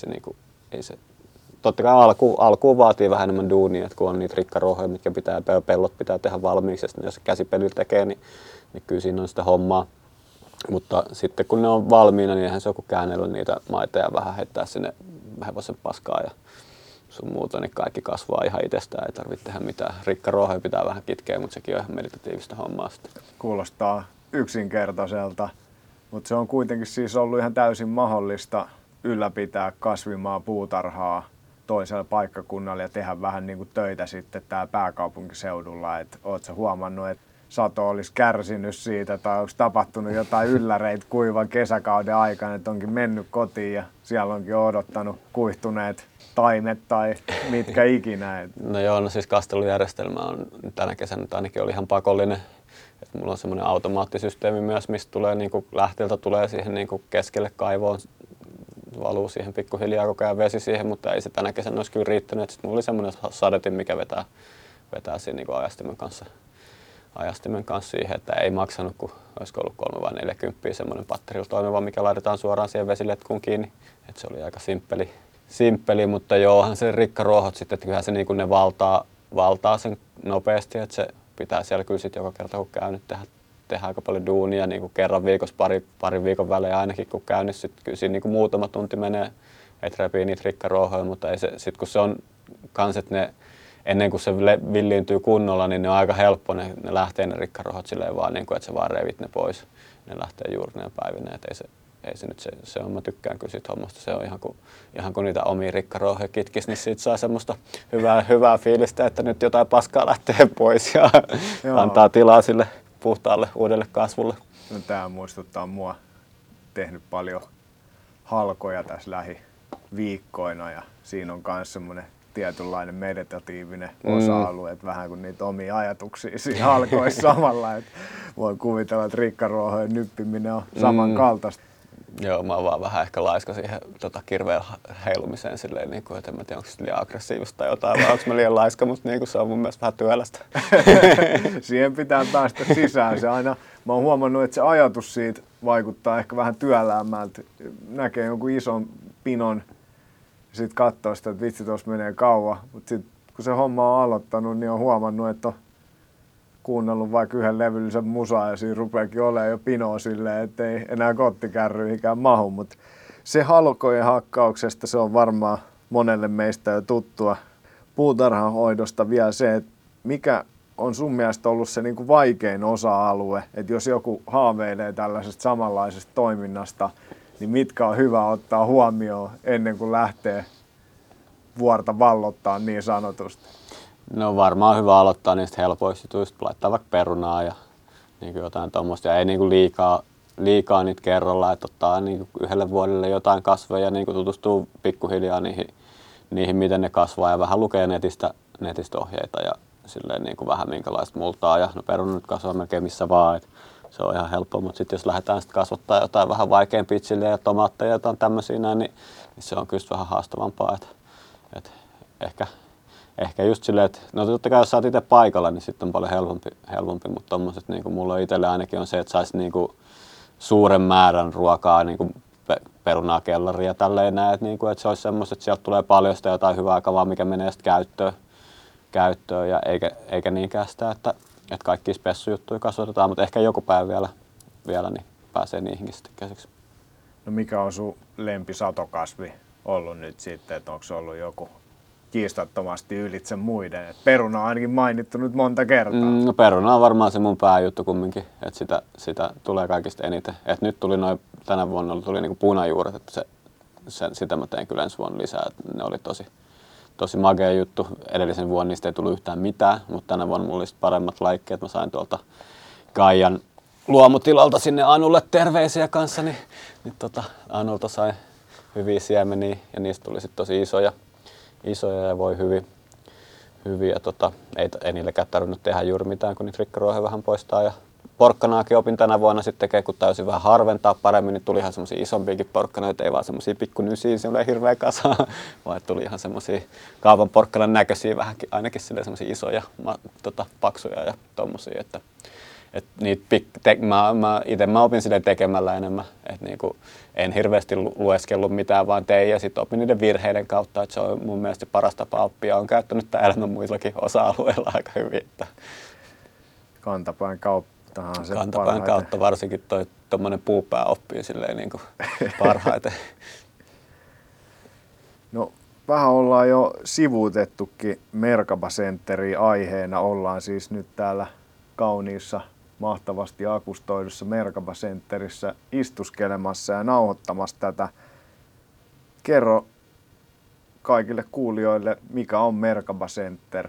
ei se totta kai alkuun vaatii vähän enemmän duunia, että kun on niitä rikkaruohoja, mitkä pellot pitää tehdä valmiiksi, ja jos käsipelillä tekee, niin kyllä siinä on sitä hommaa. Mutta sitten kun ne on valmiina, niin eihän se ole kuin käännellä niitä maita ja vähän heittää sinne hevosen paskaa ja sun muuta, niin kaikki kasvaa ihan itsestään, ei tarvitse tehdä mitään. Rikkaruohoja pitää vähän kitkeä, mutta sekin on ihan meditatiivista hommaa sitten. Kuulostaa yksinkertaiselta, mutta se on kuitenkin siis ollut ihan täysin mahdollista ylläpitää kasvimaa puutarhaa toisella paikkakunnalla ja tehdä vähän niin kuin töitä sitten täällä pääkaupunkiseudulla. Oletko huomannut, että sato olisi kärsinyt siitä tai onko tapahtunut jotain ylläreitä kuivan kesäkauden aikana, että onkin mennyt kotiin ja siellä onkin odottanut kuihtuneet taimet tai mitkä ikinä? No joo, no siis kastelujärjestelmä on tänä kesänä nyt ainakin oli ihan pakollinen. Et mulla on semmoinen automaattisysteemi myös, mistä tulee niinku lähteeltä tulee siihen niinku keskelle kaivoon, valuu siihen pikkuhiljaa koko ajan vesi siihen, mutta ei se tänä kesänä olisi kyllä riittänyt. Sitten mulla oli semmoinen sadetin, mikä vetää siinä niinku ajastimen kanssa siihen, että ei maksanut, kun olisiko ollut 3 vai 40 semmoinen patterilla toimiva, mikä laitetaan suoraan siihen vesiletkuun kiinni. Et se oli aika simppeli, mutta joohan se rikkaruohot sitten, että kyllähän se niinku ne valtaa sen nopeasti, että se pitää siellä kyllä sit joka kerta kun käynyt tehdä aika paljon duunia, niin kuin kerran viikossa, parin viikon välein ainakin kun käyn, niin sitten kyllä siinä niin kuin muutama tunti menee, että repii niitä rikkaruohoja, mutta ei se, sit kun se on kans, että ne ennen kuin se villiintyy kunnolla, niin ne on aika helppo, ne lähtee ne rikkaruohot silleen vaan, niin kuin, että sä vaan revit ne pois, ne lähtee juurineen päivineen, että ei se nyt se on, mä tykkään kyllä siitä hommasta, se on ihan kun niitä omia rikkaruohoja kitkisi, niin siitä saa semmoista hyvää fiilistä, että nyt jotain paskaa lähtee pois ja antaa tilaa sille puhtaalle uudelle kasvulle. No, tämä muistuttaa mua tehnyt paljon halkoja tässä lähiviikkoina ja siinä on myös semmoinen tietynlainen meditatiivinen osa-alue, että vähän kuin niitä omia ajatuksia siinä halkoissa samalla, että voi kuvitella, että rikkaruohojen nyppiminen on samankaltaista. Joo, mä oon vaan vähän ehkä laiska siihen kirveen heilumiseen silleen, niin kuin, että en mä tiedä, onko se liian aggressiivista tai jotain, vai onko mä liian laiska, mutta niin kuin, se on mun mielestä vähän työlästä. Siihen pitää päästä sisään. Mä oon huomannut, että se ajatus siitä vaikuttaa ehkä vähän työläämmältä. Näkee jonkun ison pinon ja sitten katsoo sitä, että vitsi, tuossa menee kauan. Mutta sitten kun se homma on aloittanut, niin on huomannut, että on kuunnellut vaikka yhden levyllisen musaa ja siinä rupeakin olemaan jo pinoa silleen, ettei enää kottikärryihinkään mahu. Mutta se halkojen hakkauksesta se on varmaan monelle meistä jo tuttua. Puutarhanhoidosta vielä se, että mikä on sun mielestä ollut se niin kuin vaikein osa-alue, että jos joku haaveilee tällaisesta samanlaisesta toiminnasta, niin mitkä on hyvä ottaa huomioon ennen kuin lähtee vuorta vallottaa niin sanotusti? No varmaan hyvä aloittaa niistä helpoista jutuista, laittaa vaikka perunaa ja niin jotain tuommoista. Ja ei niin liikaa niitä kerralla, että ottaa niin yhdelle vuodelle jotain kasveja ja niin tutustuu pikkuhiljaa niihin, miten ne kasvaa ja vähän lukee netistä ohjeita ja silleen niin kuin vähän minkälaista multaa. Ja no peruna nyt kasvaa melkein missä vaan, että se on ihan helppoa, mutta sitten jos lähdetään sitten kasvattaa jotain vähän vaikeampia chilejä ja tomaatteja ja jotain tämmöisiä näin, niin se on kyllä vähän haastavampaa. Että ehkä just silleen, että no totta kai jos sä oot itse paikalla, niin sitten on paljon helpompi, mutta tommoset niin kuin mulla itselle ainakin on se, että saisi niin kuin suuren määrän ruokaa, niin kuin perunaa, kellaria ja tälleen näin, että se olisi semmoista, että sieltä tulee paljon sitä jotain hyvää kavaa, mikä menee sitten käyttöön ja eikä niinkään sitä, että kaikki spessujuttuja kasvatetaan, mutta ehkä joku päivä vielä niin pääsee niihinkin sitten käsiksi. No mikä on sun lempisatokasvi ollut nyt sitten, että onko se ollut joku kiistattomasti ylitse muiden? Et peruna on ainakin mainittu nyt monta kertaa. No peruna on varmaan se mun pääjuttu kumminkin, että sitä tulee kaikista eniten. Et nyt tuli tänä vuonna tuli niinku punajuuret, että sitä mä tein kyllä ensi vuonna lisää. Et ne oli tosi magea juttu. Edellisen vuonna niistä ei tullut yhtään mitään, mutta tänä vuonna mulla oli paremmat laikkeet. Mä sain tuolta Kaijan luomutilalta sinne Anulle terveisiä kanssa, niin Anulta sai hyviä siemeniä ja niistä tuli sitten tosi isoja ja voi hyvin. Ei niillekään tarvinnut tehdä juuri mitään, kun niitä rikkaruohoja vähän poistaa. Ja porkkanaakin opin tänä vuonna sitten tekee, kun täysin vähän harventaa paremmin, niin tuli ihan semmosia isompiakin porkkanoita, ei vaan semmosia pikkunysiä, semmoinen hirveä kasa, vaan tuli ihan semmosia kaavan porkkanan näköisiä, vähänkin ainakin semmosia isoja, paksuja ja tommosia, että mä opin silleen tekemällä enemmän, että niinku, en hirveästi lueskellut mitään, vaan tein ja sitten opin niiden virheiden kautta, että se on mun mielestä paras tapa oppia. Olen käyttänyt tämän elämän muillakin osa-alueilla aika hyvin. Että kantapään kauttahan se kantapään kautta varsinkin tuommoinen puupää oppii silleen niinku parhaiten. No vähän ollaan jo sivuutettukin Merkaba Centeriä aiheena. Ollaan siis nyt täällä kauniissa, mahtavasti akustoidussa Merkaba Centerissä istuskelemassa ja nauhoittamassa tätä. Kerro kaikille kuulijoille, mikä on Merkaba Center?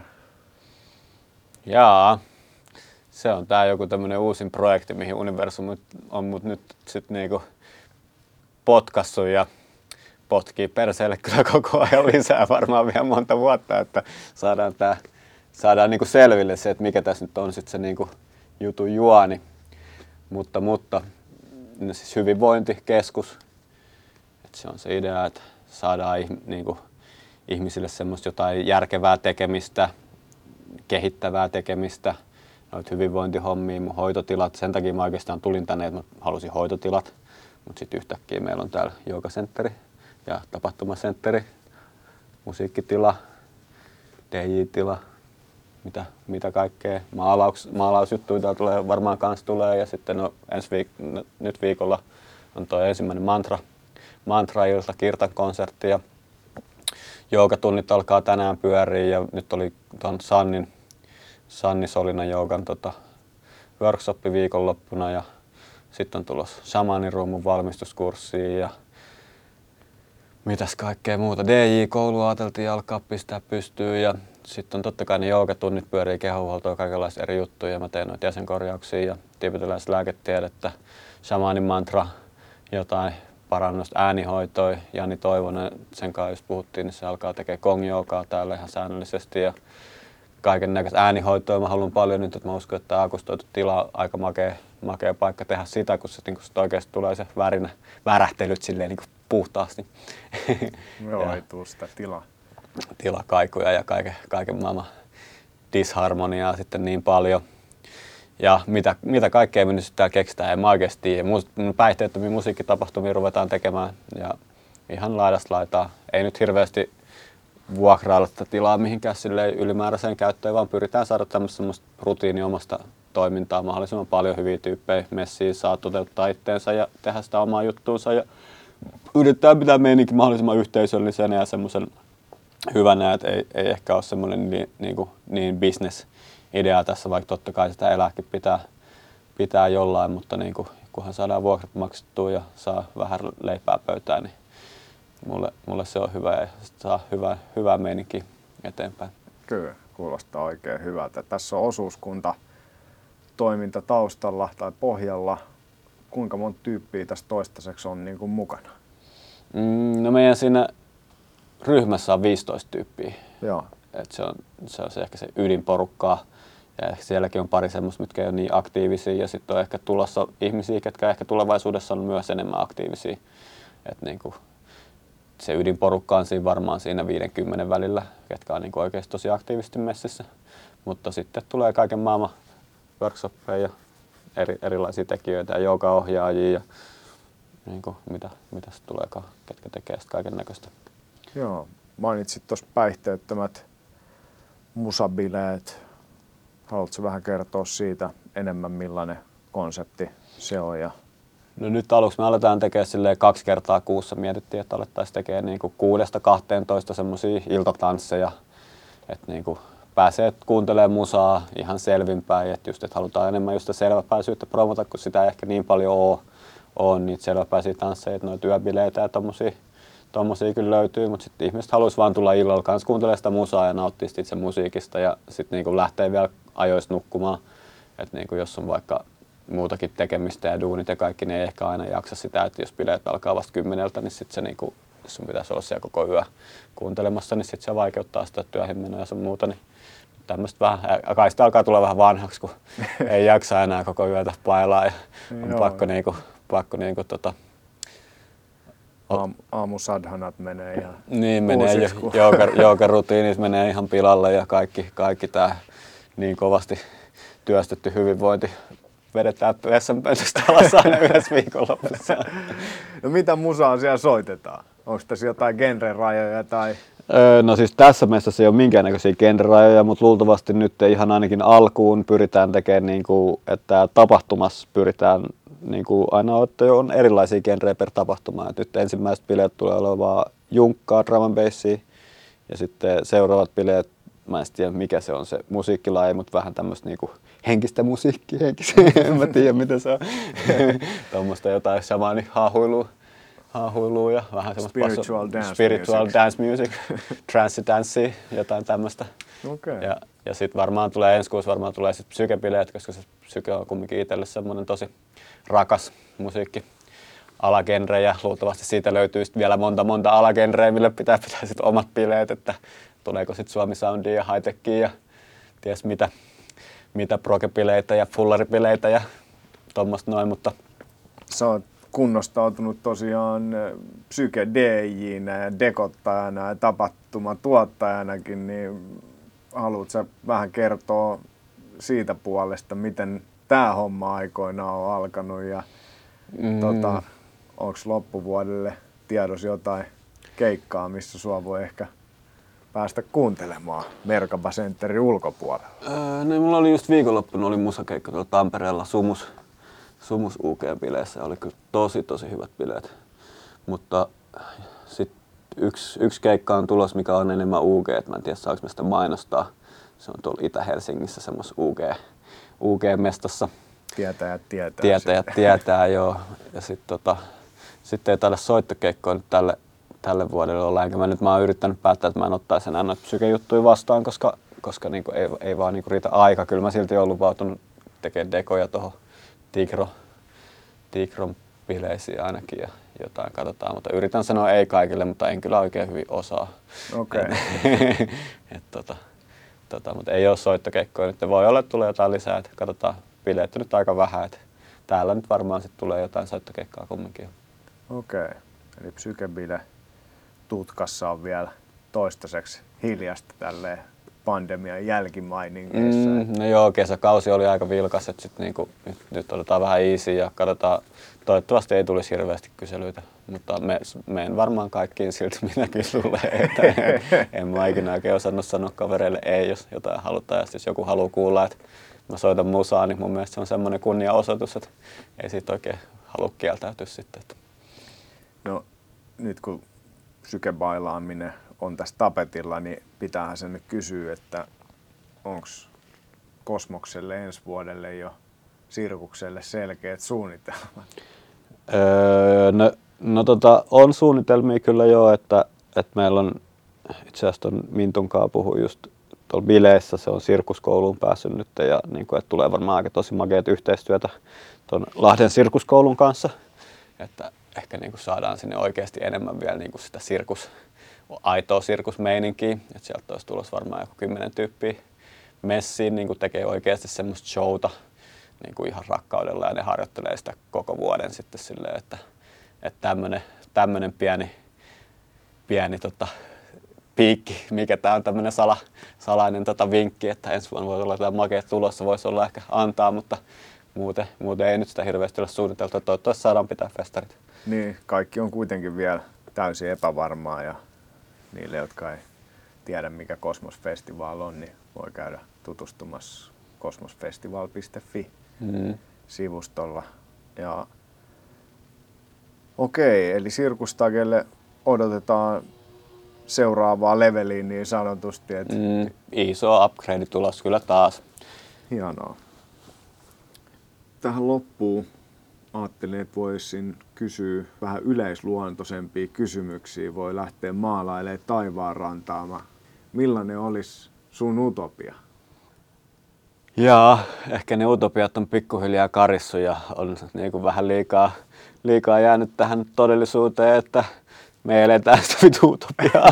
Jaa, se on tää joku tämmönen uusin projekti, mihin Universum on mut nyt sit niinku potkassut ja potkii perseelle kyllä koko ajan lisää varmaan vielä monta vuotta, että saadaan niinku selville se, että mikä tässä nyt on sit se niinku jutun juoni. Mutta no siis hyvinvointikeskus, että se on se idea, että saadaan niinku ihmisille semmoista jotain järkevää tekemistä, kehittävää tekemistä, noita hyvinvointihommia, mun hoitotilat. Sen takia mä oikeastaan tulin tänne, että mä halusin hoitotilat, mutta sitten yhtäkkiä meillä on täällä joogasentteri ja tapahtumasentteri, musiikkitila, DJ-tila, mitä kaikkea. Maalausjuttuja täällä tulee, varmaan kans tulee ja sitten nyt viikolla on tuo ensimmäinen mantra-ilta, Kirtan konsertti ja joogatunnit alkaa tänään pyöriä ja nyt oli tuon Sanni Solinan joogan workshoppi viikonloppuna ja sitten on tulossa shamaniruumun valmistuskurssiin ja mitäs kaikkea muuta. DJ-koulua ajateltiin alkaa pistää pystyyn ja sitten on totta kai ne joogatunnit pyörii kehonhuoltoa ja kaikenlaisia eri juttuja ja mä teen noita jäsenkorjauksia ja tibetäläislääketiedettä, shamanin mantra, jotain parannusta, äänihoitoa. Jani Toivonen, sen kanssa just puhuttiin, niin se alkaa tekemään gong-joogaa täällä ihan säännöllisesti ja kaiken näköistä äänihoitoa mä haluan paljon nyt, että mä uskon, että tämä akustoitu tila on aika makea paikka tehdä sitä, kun se niin kun oikeasti tulee se värähtelyt silleen niin puhtaasti. Joo, ei tuu sitä tilakaikuja ja kaiken maailman disharmoniaa sitten niin paljon. Ja mitä kaikkea me nyt täällä keksitään, en mä oikeasti tiedä. Päihteettömiä musiikkitapahtumia ruvetaan tekemään ja ihan laidasta laitaa. Ei nyt hirveästi vuokrailla tätä tilaa mihinkään ylimääräiseen käyttöön, vaan pyritään saada tämmöistä rutiiniomasta toimintaa mahdollisimman paljon hyviä tyyppejä. Messiin saa toteuttaa itteensä ja tehdä sitä omaa juttuunsa ja yritetään pitää meininki mahdollisimman yhteisöllisenä ja semmoisen hyvänä, että ei ehkä ole semmoinen niin business-idea tässä, vaikka totta kai sitä elääkin pitää jollain, mutta niin kuin, kunhan saadaan vuokrat maksettua ja saa vähän leipää pöytään, niin mulle se on hyvä ja saa hyvää meininkiä eteenpäin. Kyllä, kuulostaa oikein hyvältä. Tässä on osuuskunta toiminta taustalla tai pohjalla. Kuinka monta tyyppiä tässä toistaiseksi on niin kuin mukana? No meidän siinä ryhmässä on 15 tyyppiä. Joo. Et se on ehkä se ydinporukkaa. Ja sielläkin on pari semmoista, mitkä ei ole niin aktiivisia. Ja sitten on ehkä tulossa ihmisiä, ketkä ehkä tulevaisuudessa on myös enemmän aktiivisia. Et niinku, se ydinporukka on siinä varmaan siinä 50 välillä, ketkä on niinku oikeasti tosi aktiivisesti messissä. Mutta sitten tulee kaiken maailman workshoppeja ja erilaisia tekijöitä ja joogaohjaajia ja niinku, mitä sitten tuleekaan, ketkä tekee sitten kaiken näköistä. Joo, mainitsit tuossa päihteettömät musabileet. Haluatko vähän kertoa siitä enemmän, millainen konsepti se on ja No nyt aluksi me aletaan tekemään silleen 2 kertaa kuussa. Mietittiin, että alettaisiin tekemään niinku 6–12 semmosia iltatansseja. Että niinku pääsee kuuntelemaan musaa ihan selvinpäin. Että just, että halutaan enemmän just sitä selväpäisyyttä promota, kun sitä ei ehkä niin paljon on niitä selväpäisiä tansseja, että noita yöbileitä ja tommosia kyllä löytyy. Mutta sitten ihmiset haluaisi vaan tulla illalla kanssa kuuntelemaan sitä musaa ja nauttia itse musiikista ja sitten niinku lähtee vielä ajoissa nukkumaan. Että niinku jos on vaikka muutakin tekemistä ja duunit ja kaikki, niin ei ehkä aina jaksa sitä, että jos bileet alkaa vasta 10, niin sitten se niinku, jos sun pitäisi olla siellä koko yö kuuntelemassa, niin sitten se vaikeuttaa sitä työhön menoa ja sun muuta. Niin tämmöistä vähän, kai sitä alkaa tulla vähän vanhaksi, kun ei jaksa enää koko yötä pailaa ja on pakko Aamusadhanat menee ihan niin menee rutiinit menee ihan pilalle ja kaikki tää niin kovasti työstetty hyvinvointi vedetään vessanpöntöstä alas aina yhdessä viikonlopussa. No mitä musaa siellä soitetaan? Onko tässä jotain genrerajoja tai? No siis tässä mestassa ei ole minkäännäköisiä genrerajoja, mutta luultavasti nyt ihan ainakin alkuun pyritään tekemään, niinku, että tapahtumassa pyritään niinku, aina, että on erilaisia genrejä per tapahtuma. Et nyt ensimmäiset bileet tulee olemaan junkkaa, drum and bassia, ja sitten seuraavat bileet, mä en tiedä mikä se on se musiikkilaji, mutta vähän tämmöistä niinku henkistä musiikkia, en mä tiedä mitä se on. Tuommoista jotain shamanin haahuilua ja vähän semmoista spiritual dance music, trance, jotain tämmöistä. Okay. Ja sitten varmaan tulee ensi kuussa sit psykebileet, koska se psyke on kumminkin itselle semmoinen tosi rakas musiikki. Alagenre ja luultavasti siitä löytyy sit vielä monta alagenreä, mille pitää sit omat bileet, että tuleeko sitten Suomi Soundia ja high-techia ja ties mitä progebileitä ja fullaribileitä ja tommoista noin, mutta sä oot kunnostautunut tosiaan psyke DJ:nä ja dekottajana ja tapahtumatuottajanakin, niin haluatko sä vähän kertoa siitä puolesta, miten tää homma aikoinaan on alkanut ja onko loppuvuodelle tiedossa jotain keikkaa, missä sua voi ehkä päästä kuuntelemaan Merkaba Centerin ulkopuolella? No, mulla oli just viikonloppuna oli musakeikka tuolla Tampereella Sumus UG-bileissä. Oli kyllä tosi hyvät bileet. Mutta sitten yksi keikka on tulos, mikä on enemmän UG, että mä en tiedä saanko mä sitä mainostaa. Se on tuolla Itä-Helsingissä semmoisessa UG-mestassa. Tietäjät tietää, joo. Ja sitten ei taida soittokeikkoa nyt tälle vuodelle olla. Enkä mä oon yrittänyt päättää, että mä en ottaisi enää noita psykejuttuja vastaan, koska niinku ei vaan niinku riitä aika. Kyllä mä silti oon lupautunut tekemään dekoja tuohon Tigron bileisiin ainakin ja jotain katsotaan. Mutta yritän sanoa ei kaikille, mutta en kyllä oikein hyvin osaa. Okei. Mutta ei ole soittokeikkoja nyt. Voi olla, että tulee jotain lisää. Että katsotaan, bileet nyt aika vähän. Että täällä nyt varmaan sitten tulee jotain soittokeikkaa kumminkin. Okei. Eli psykebile tutkassa on vielä toistaiseksi hiljasta tälleen pandemian jälkimainingeissa. No joo, kesäkausi oli aika vilkas, että nyt otetaan vähän easy ja katsotaan. Toivottavasti ei tulisi hirveästi kyselyitä, mutta menen varmaan kaikkiin silti minäkin luulen. En mä ikinä oikein osannut sanoa kavereille ei, jos jotain halutaan. Ja jos joku haluaa kuulla, että mä soitan musaa, niin mun mielestä se on semmoinen kunniaosoitus, että ei siitä oikein halua kieltäytyä sitten. No nyt kun psykebailaaminen on tässä tapetilla, niin pitäähän sen nyt kysyä, että onko Kosmokselle ensi vuodelle jo Sirkukselle selkeät suunnitelmat? On suunnitelmia kyllä jo, että meillä on itse asiassa ton Mintunkaan puhui just tuolla bileissä, se on sirkuskouluun päässyt nyt ja niin kuin, että tulee varmaan aika tosi makeat yhteistyötä tuon Lahden sirkuskoulun kanssa, että ehkä niin kuin saadaan sinne oikeasti enemmän vielä niin kuin sitä aitoa sirkusmeininkiä, että sieltä olisi tulossa varmaan joku 10 tyyppiä messiin, niin kuin tekee oikeasti semmoista showta niin kuin ihan rakkaudella ja ne harjoittelee sitä koko vuoden sitten silleen, että tämmönen pieni piikki, mikä tää on tämmönen salainen vinkki, että ensi vuonna voi olla jotain makeat tulossa, voisi olla ehkä antaa, mutta muuten ei nyt sitä hirveästi ole suunniteltu, toivottavasti saadaan pitää festarit. Niin, kaikki on kuitenkin vielä täysin epävarmaa ja niille, jotka ei tiedä mikä Kosmos-festival on, niin voi käydä tutustumassa kosmosfestival.fi sivustolla. Ja Okei, eli Sirkustagelle odotetaan seuraavaa leveliä niin sanotusti. Että Iso upgrade tulos kyllä taas. hienoa. Tähän loppuun ajattelin, että voisin kysyä vähän yleisluontoisempia kysymyksiä. Voi lähteä maalailemaan taivaanrantaa. Millainen olisi sun utopia? Jaa, ehkä ne utopiat on pikkuhiljaa karissu ja on niin kuin vähän liikaa jäänyt tähän todellisuuteen, että me eletään sitä vitu utopiaa.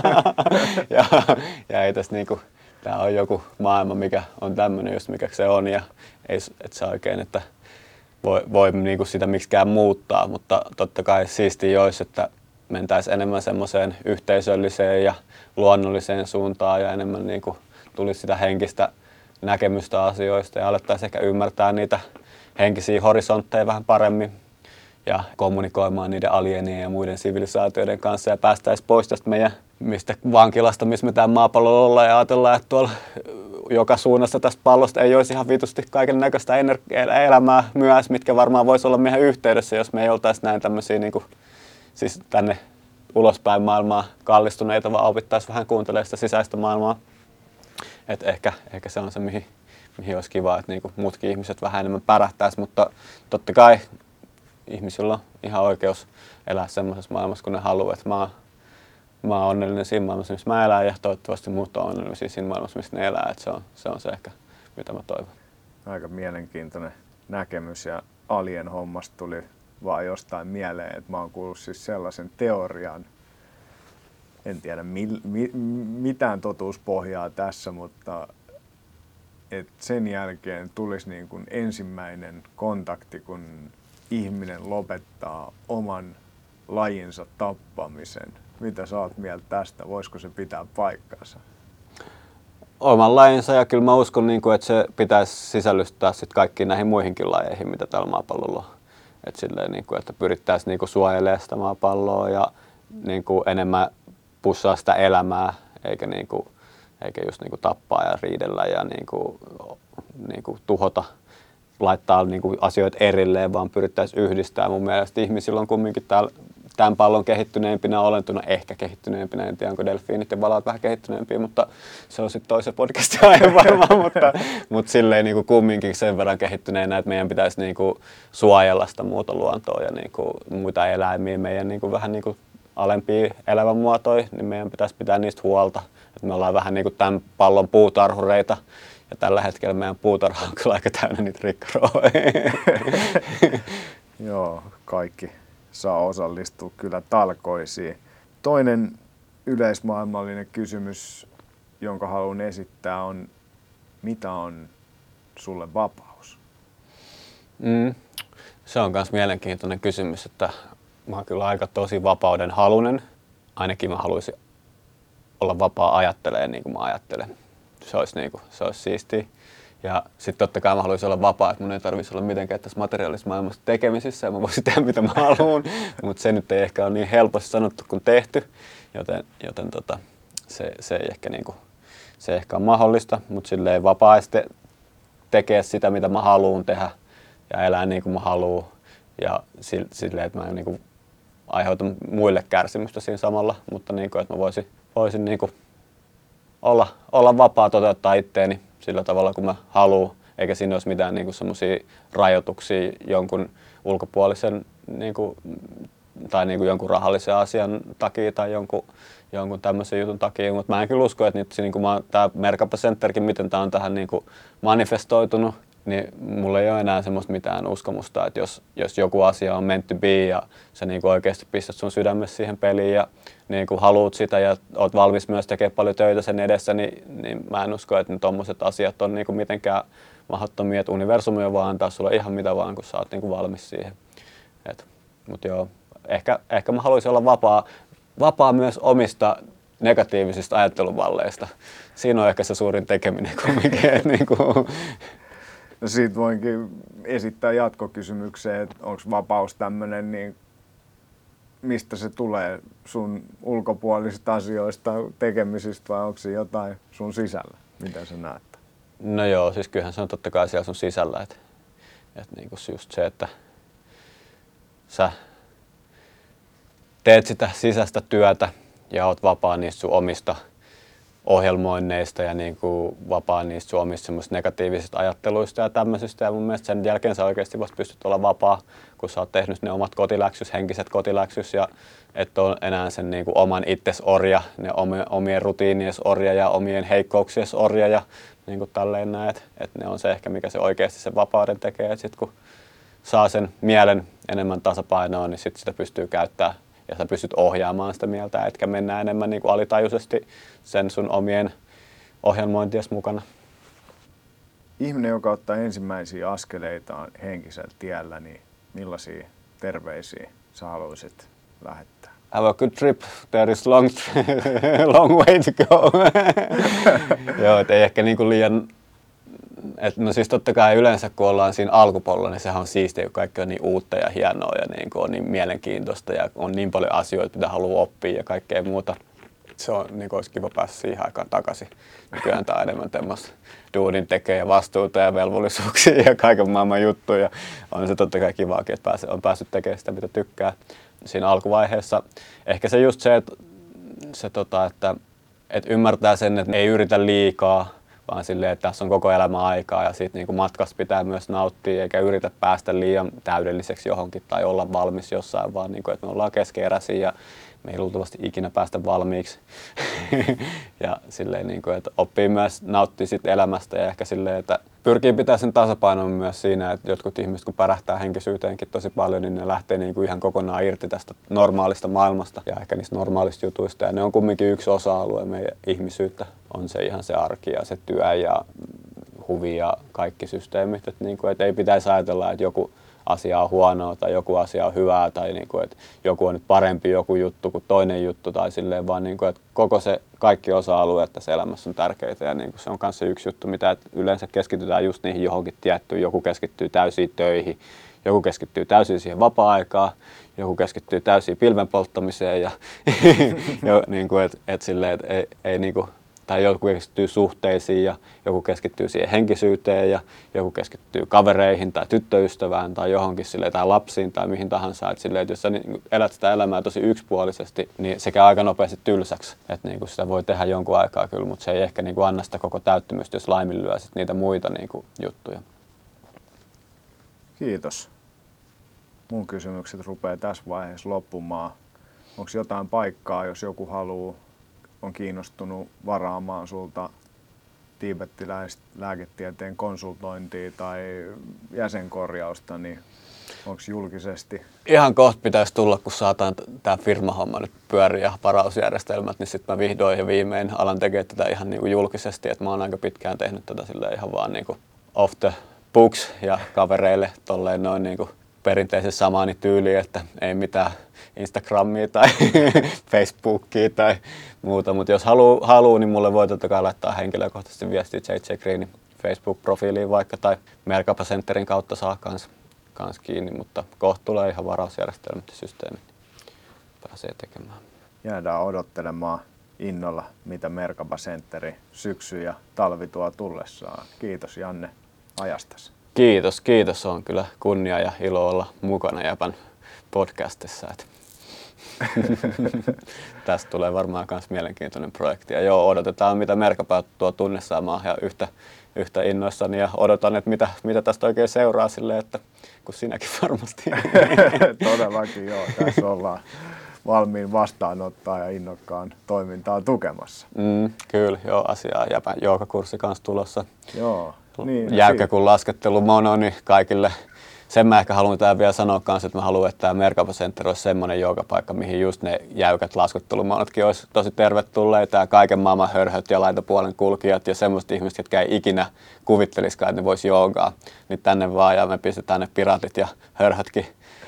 ja ei tässä niinku, tää on joku maailma, mikä on tämmönen just mikä se on ja ei et se oikein, että voi niinku sitä miksikään muuttaa, mutta totta kai siistiä olisi, että mentäisiin enemmän semmoiseen yhteisölliseen ja luonnolliseen suuntaan ja enemmän niinku tulisi sitä henkistä näkemystä asioista ja alettaisiin ehkä ymmärtää niitä henkisiä horisontteja vähän paremmin ja kommunikoimaan niiden alienien ja muiden sivilisaatioiden kanssa ja päästäisiin pois tästä meidän mistä vankilasta, missä me täällä maapallolla ollaan ja ajatellaan, että tuolla joka suunnassa tästä pallosta ei olisi ihan vitusti kaiken näköistä elämää myös, mitkä varmaan voisi olla meidän yhteydessä, jos me ei oltaisi näin tämmöisiä niin kuin, siis tänne ulospäin maailmaa kallistuneita, vaan opittaisiin vähän kuuntelemaan sitä sisäistä maailmaa. Et ehkä se on se, mihin olisi kiva, että niinku muutkin ihmiset vähän enemmän pärähtäisi, mutta totta kai ihmisillä on ihan oikeus elää semmoisessa maailmassa, kun ne haluaa. Että mä oon onnellinen siinä maailmassa, missä mä elän ja toivottavasti muut on onnellisia siinä maailmassa, missä ne elää. Että se on se ehkä, mitä mä toivon. Aika mielenkiintoinen näkemys ja alien hommasta tuli vaan jostain mieleen, että mä oon kuullut siis sellaisen teorian, en tiedä mitään totuuspohjaa tässä, mutta että sen jälkeen tulisi niin kuin ensimmäinen kontakti, kun ihminen lopettaa oman lajinsa tappamisen. Mitä sä oot mieltä tästä? Voisiko se pitää paikkansa? Oman lajinsa ja kyllä mä uskon, että se pitäisi sisällystää sit kaikkiin näihin muihinkin lajeihin, mitä tällä maapallolla on. Että pyrittäisiin suojelemaan sitä maapalloa ja enemmän pussaa sitä elämää, eikä just tappaa ja riidellä ja tuhota, laittaa asioita erilleen, vaan pyrittäisiin yhdistämään. Mun mielestä ihmisillä on kumminkin tämän pallon kehittyneempinä olentuna, ehkä kehittyneempinä, en tiedä onko delfiinit ja valaat vähän kehittyneempiä, mutta se on sitten toisen podcastin aihe varmaan, mutta silleen kumminkin sen verran kehittyneenä, että meidän pitäisi suojella sitä muuta luontoa ja muita eläimiä, meidän vähän alempia elämänmuotoja, niin meidän pitäisi pitää niistä huolta. Et me ollaan vähän tämän pallon puutarhureita ja tällä hetkellä meidän puutarha on kyllä aika täynnä niitä rikkaroja. Joo, kaikki saa osallistua kyllä talkoisiin. Toinen yleismaailmallinen kysymys, jonka haluan esittää on, mitä on sulle vapaus? Se on myös mielenkiintoinen kysymys, että mä oon kyllä aika tosi vapauden halunen. Ainakin mä haluaisin olla vapaa ajattelemaan niin kuin mä ajattelen. Se olisi siistiä. Ja sitten totta kai mä haluaisin olla vapaa, että mun ei tarvitsisi olla mitenkään tässä materiaalisessa maailmassa tekemisissä ja mä voisin tehdä mitä mä haluan. Mutta se nyt ei ehkä ole niin helposti sanottu kuin tehty, joten se ei ehkä se ehkä on mahdollista, mutta silleen vapaasti tekee sitä mitä mä haluan tehdä ja elää niin kuin mä haluan. Ja silleen, että mä aiheutan muille kärsimystä siinä samalla, mutta että mä voisin olla vapaa toteuttaa itteeni sillä tavalla, kun mä haluan, eikä siinä olisi mitään semmoisia rajoituksia jonkun ulkopuolisen tai jonkun rahallisen asian takia tai jonkun tämmöisen jutun takia, mutta mä en kyllä usko, että tämä Merkapa Centerkin, miten tämä on tähän manifestoitunut, niin mulla ei ole enää semmoista mitään uskomusta, että jos joku asia on meant to be ja sä oikeasti pistät sun sydämessä siihen peliin ja haluat sitä ja oot valmis myös tekemään paljon töitä sen edessä, niin mä en usko, että ne tommoset asiat on mitenkään mahdottomia, että universumi on vaan antaa sulle ihan mitä vaan, kun sä oot valmis siihen. Mutta joo, ehkä mä haluaisin olla vapaa myös omista negatiivisista ajattelumalleista. Siinä on ehkä se suurin tekeminen kumminkin. No siitä voinkin esittää jatkokysymykseen, että onko vapaus tämmöinen, niin mistä se tulee sun ulkopuolisista asioista, tekemisistä vai onko se jotain sun sisällä? Mitä sä näet? No joo, siis kyllähän se on totta kai siellä sun sisällä. Että just se, että sä teet sitä sisäistä työtä ja oot vapaa niistä sun omista ohjelmoinneista ja niin kuin vapaa niistä sun omista negatiivisista ajatteluista ja tämmöisistä. Ja mun mielestä sen jälkeen sä oikeasti vasta pystyt olla vapaa, kun sä oot tehnyt ne omat kotiläksys, henkiset kotiläksys ja et ole enää sen niin kuin oman itses orja, ne omien rutiinies orja ja omien heikkouksies orja ja niin kuin tälleen näet. Että ne on se ehkä, mikä se oikeasti sen vapauden tekee. Et sit kun saa sen mielen enemmän tasapainoa, niin sit sitä pystyy käyttämään ja sä pystyt ohjaamaan sitä mieltä, etkä mennä enemmän niin kuin alitajuisesti sen sun omien ohjelmointies mukana. Ihminen, joka ottaa ensimmäisiä askeleitaan henkisellä tiellä, niin millaisia terveisiä sä haluaisit lähettää? Have a good trip. There is long way to go. Joo, et ei ehkä niinku liian. No siis totta kai yleensä kun ollaan siinä alkupuolella, niin sehän on siistiä, kun kaikki on niin uutta ja hienoa ja niin on niin mielenkiintoista ja on niin paljon asioita, mitä haluaa oppia ja kaikkea muuta. Se on, niin olisi kiva päästä siihen aikaan takaisin. Nykyään tämä on enemmän tämmöistä duunin tekee ja vastuuta ja velvollisuuksia ja kaiken maailman juttuja. On se totta kai kivaakin, että on päässyt tekemään sitä, mitä tykkää. Siinä alkuvaiheessa ehkä se just se, että ymmärtää sen, että ei yritä liikaa, vaan silleen, että tässä on koko elämä aikaa ja siitä niin matkasta pitää myös nauttia eikä yritä päästä liian täydelliseksi johonkin tai olla valmis jossain, vaan niin kuin, että me ollaan keskeeräisiä ja me ei luultavasti ikinä päästä valmiiksi. Ja silleen, niin kuin, että oppii myös nauttia siitä elämästä ja ehkä silleen, että pyrkii pitää sen tasapainon myös siinä, että jotkut ihmiset kun pärähtää henkisyyteenkin tosi paljon, niin ne lähtee niin kuin ihan kokonaan irti tästä normaalista maailmasta ja ehkä niistä normaalista jutuista. Ja ne on kumminkin yksi osa-alue meidän ihmisyyttä. On se ihan se arki ja se työ ja huvi ja kaikki systeemit. Että niin kuin, että ei pitäisi ajatella, että joku asia on huonoa tai joku asia on hyvää tai niin kuin, että joku on nyt parempi joku juttu kuin toinen juttu tai silleen, vaan niin kuin, että koko se kaikki osa-alueet tässä elämässä on tärkeitä ja niin kuin se on myös se yksi juttu, mitä yleensä keskitytään just niihin johonkin tiettyyn. Joku keskittyy täysiin töihin, joku keskittyy täysin siihen vapaa-aikaan, joku keskittyy täysin pilven polttamiseen ja niin kuin, että silleen, että ei niin kuin, tai joku keskittyy suhteisiin ja joku keskittyy siihen henkisyyteen ja joku keskittyy kavereihin tai tyttöystävään tai johonkin silleen, tai lapsiin tai mihin tahansa. Että silleen, että jos sä elät sitä elämää tosi yksipuolisesti, niin se käy aika nopeasti tylsäksi. Että niin sitä voi tehdä jonkun aikaa kyllä, mutta se ei ehkä niin anna sitä koko täyttymystä, jos laiminlyö sit niitä muita niin juttuja. Kiitos. Mun kysymykset rupeaa tässä vaiheessa loppumaan. Onko jotain paikkaa, jos joku haluaa, on kiinnostunut varaamaan sulta tiibettilääketieteen konsultointia tai jäsenkorjausta, niin onko julkisesti? Ihan kohta pitäisi tulla, kun saadaan tämä firmahomma nyt pyöriä ja varausjärjestelmät, niin sitten mä vihdoin ja viimein alan tekemään tätä ihan niin kuin julkisesti. Et mä oon aika pitkään tehnyt tätä silleen ihan vaan niin kuin off the books ja kavereille tolleen noin niin kuin perinteisen samaani tyyliin, että ei mitään Instagramia tai Facebookia tai muuta, mutta jos haluaa, niin mulle voi totta kai laittaa henkilökohtaisesti viestiä JJ Greenin Facebook-profiiliin vaikka tai Merkapa Centerin kautta saa kans kiinni, mutta kohta tulee ihan varausjärjestelmät ja systeemit, pääsee tekemään. Jäädään odottelemaan innolla, mitä Merkapa Centeri syksy ja talvi tuo tullessaan. Kiitos Janne ajastasi. Kiitos. On kyllä kunnia ja ilo olla mukana Japan podcastissa. Tästä tulee varmaan myös mielenkiintoinen projekti. Ja joo, odotetaan mitä Merkapa tuo tunnesaamaan ja yhtä innoissani ja odotan, että mitä tästä oikein seuraa silleen, että kun sinäkin varmasti. Todellakin joo, tässä ollaan valmiin vastaanottaa ja innokkaan toimintaa tukemassa. Kyllä, joo, asiaa Japan joogakurssi kanssa tulossa. Joo. Niin, jäykkä kuin laskettelu mono, niin kaikille. Sen mä ehkä haluan tää vielä sanoa kanssa, että mä haluan, että tämä Merkapa Center olisi semmoinen joogapaikka, mihin just ne jäykät laskettelumonotkin olisi tosi tervetulleita ja kaiken maailman hörhöt ja laitapuolen kulkijat ja semmoiset ihmiset, jotka ei ikinä kuvittelisikaan, että ne voisi joogaa. Niin tänne vaan ja me pistetään ne piraatit ja hörhötkin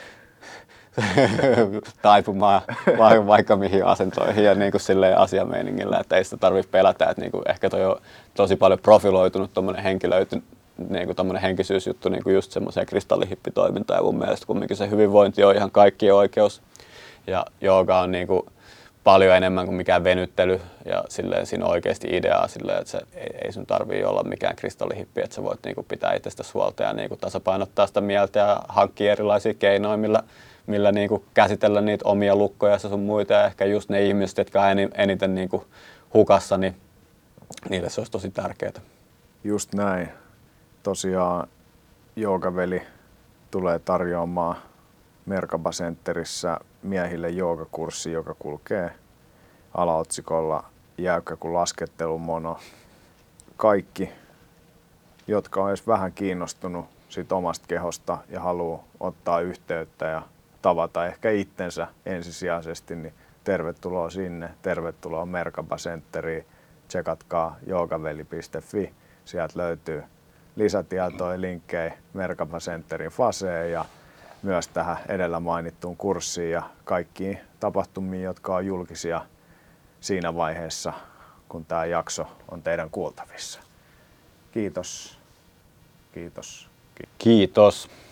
taipumaan vaikka mihin asentoihin ja niin kuin silleen asiameiningillä, että ei sitä tarvitse pelätä, että niin kuin ehkä toi on tosi paljon profiloitunut tommonen henkilöity, niin kuin tommonen henkisyysjuttu niin kuin just semmoiseen kristallihippitoimintaan ja mun mielestä kumminkin se hyvinvointi on ihan kaikkien oikeus ja jooga on niin kuin paljon enemmän kuin mikään venyttely ja silleen siinä on oikeasti ideaa silleen, että se ei sun tarvii olla mikään kristallihippi, että sä voit niinku pitää itsestäsi huolta ja niinku tasapainottaa sitä mieltä ja hankkia erilaisia keinoja, millä niinku käsitellä niitä omia lukkoja ja sun muita ja ehkä just ne ihmiset, jotka on eniten niinku hukassa, niin niille se olisi tosi tärkeää. Just näin. Tosiaan Joogaveli tulee tarjoamaan Merkaba Centerissä miehille joogakurssi, joka kulkee alaotsikolla Jäykkä kuin laskettelumono. Kaikki, jotka on edes vähän kiinnostunut siitä omasta kehosta ja haluaa ottaa yhteyttä ja tavata ehkä itsensä ensisijaisesti, niin tervetuloa sinne. Tervetuloa Merkaba Centeriin. Tsekatkaa joogaveli.fi. Sieltä löytyy lisätietoja ja linkkejä Merkaba Centerin faseen ja myös tähän edellä mainittuun kurssiin ja kaikkiin tapahtumiin, jotka on julkisia siinä vaiheessa, kun tämä jakso on teidän kuultavissa. Kiitos. Kiitos. Kiitos.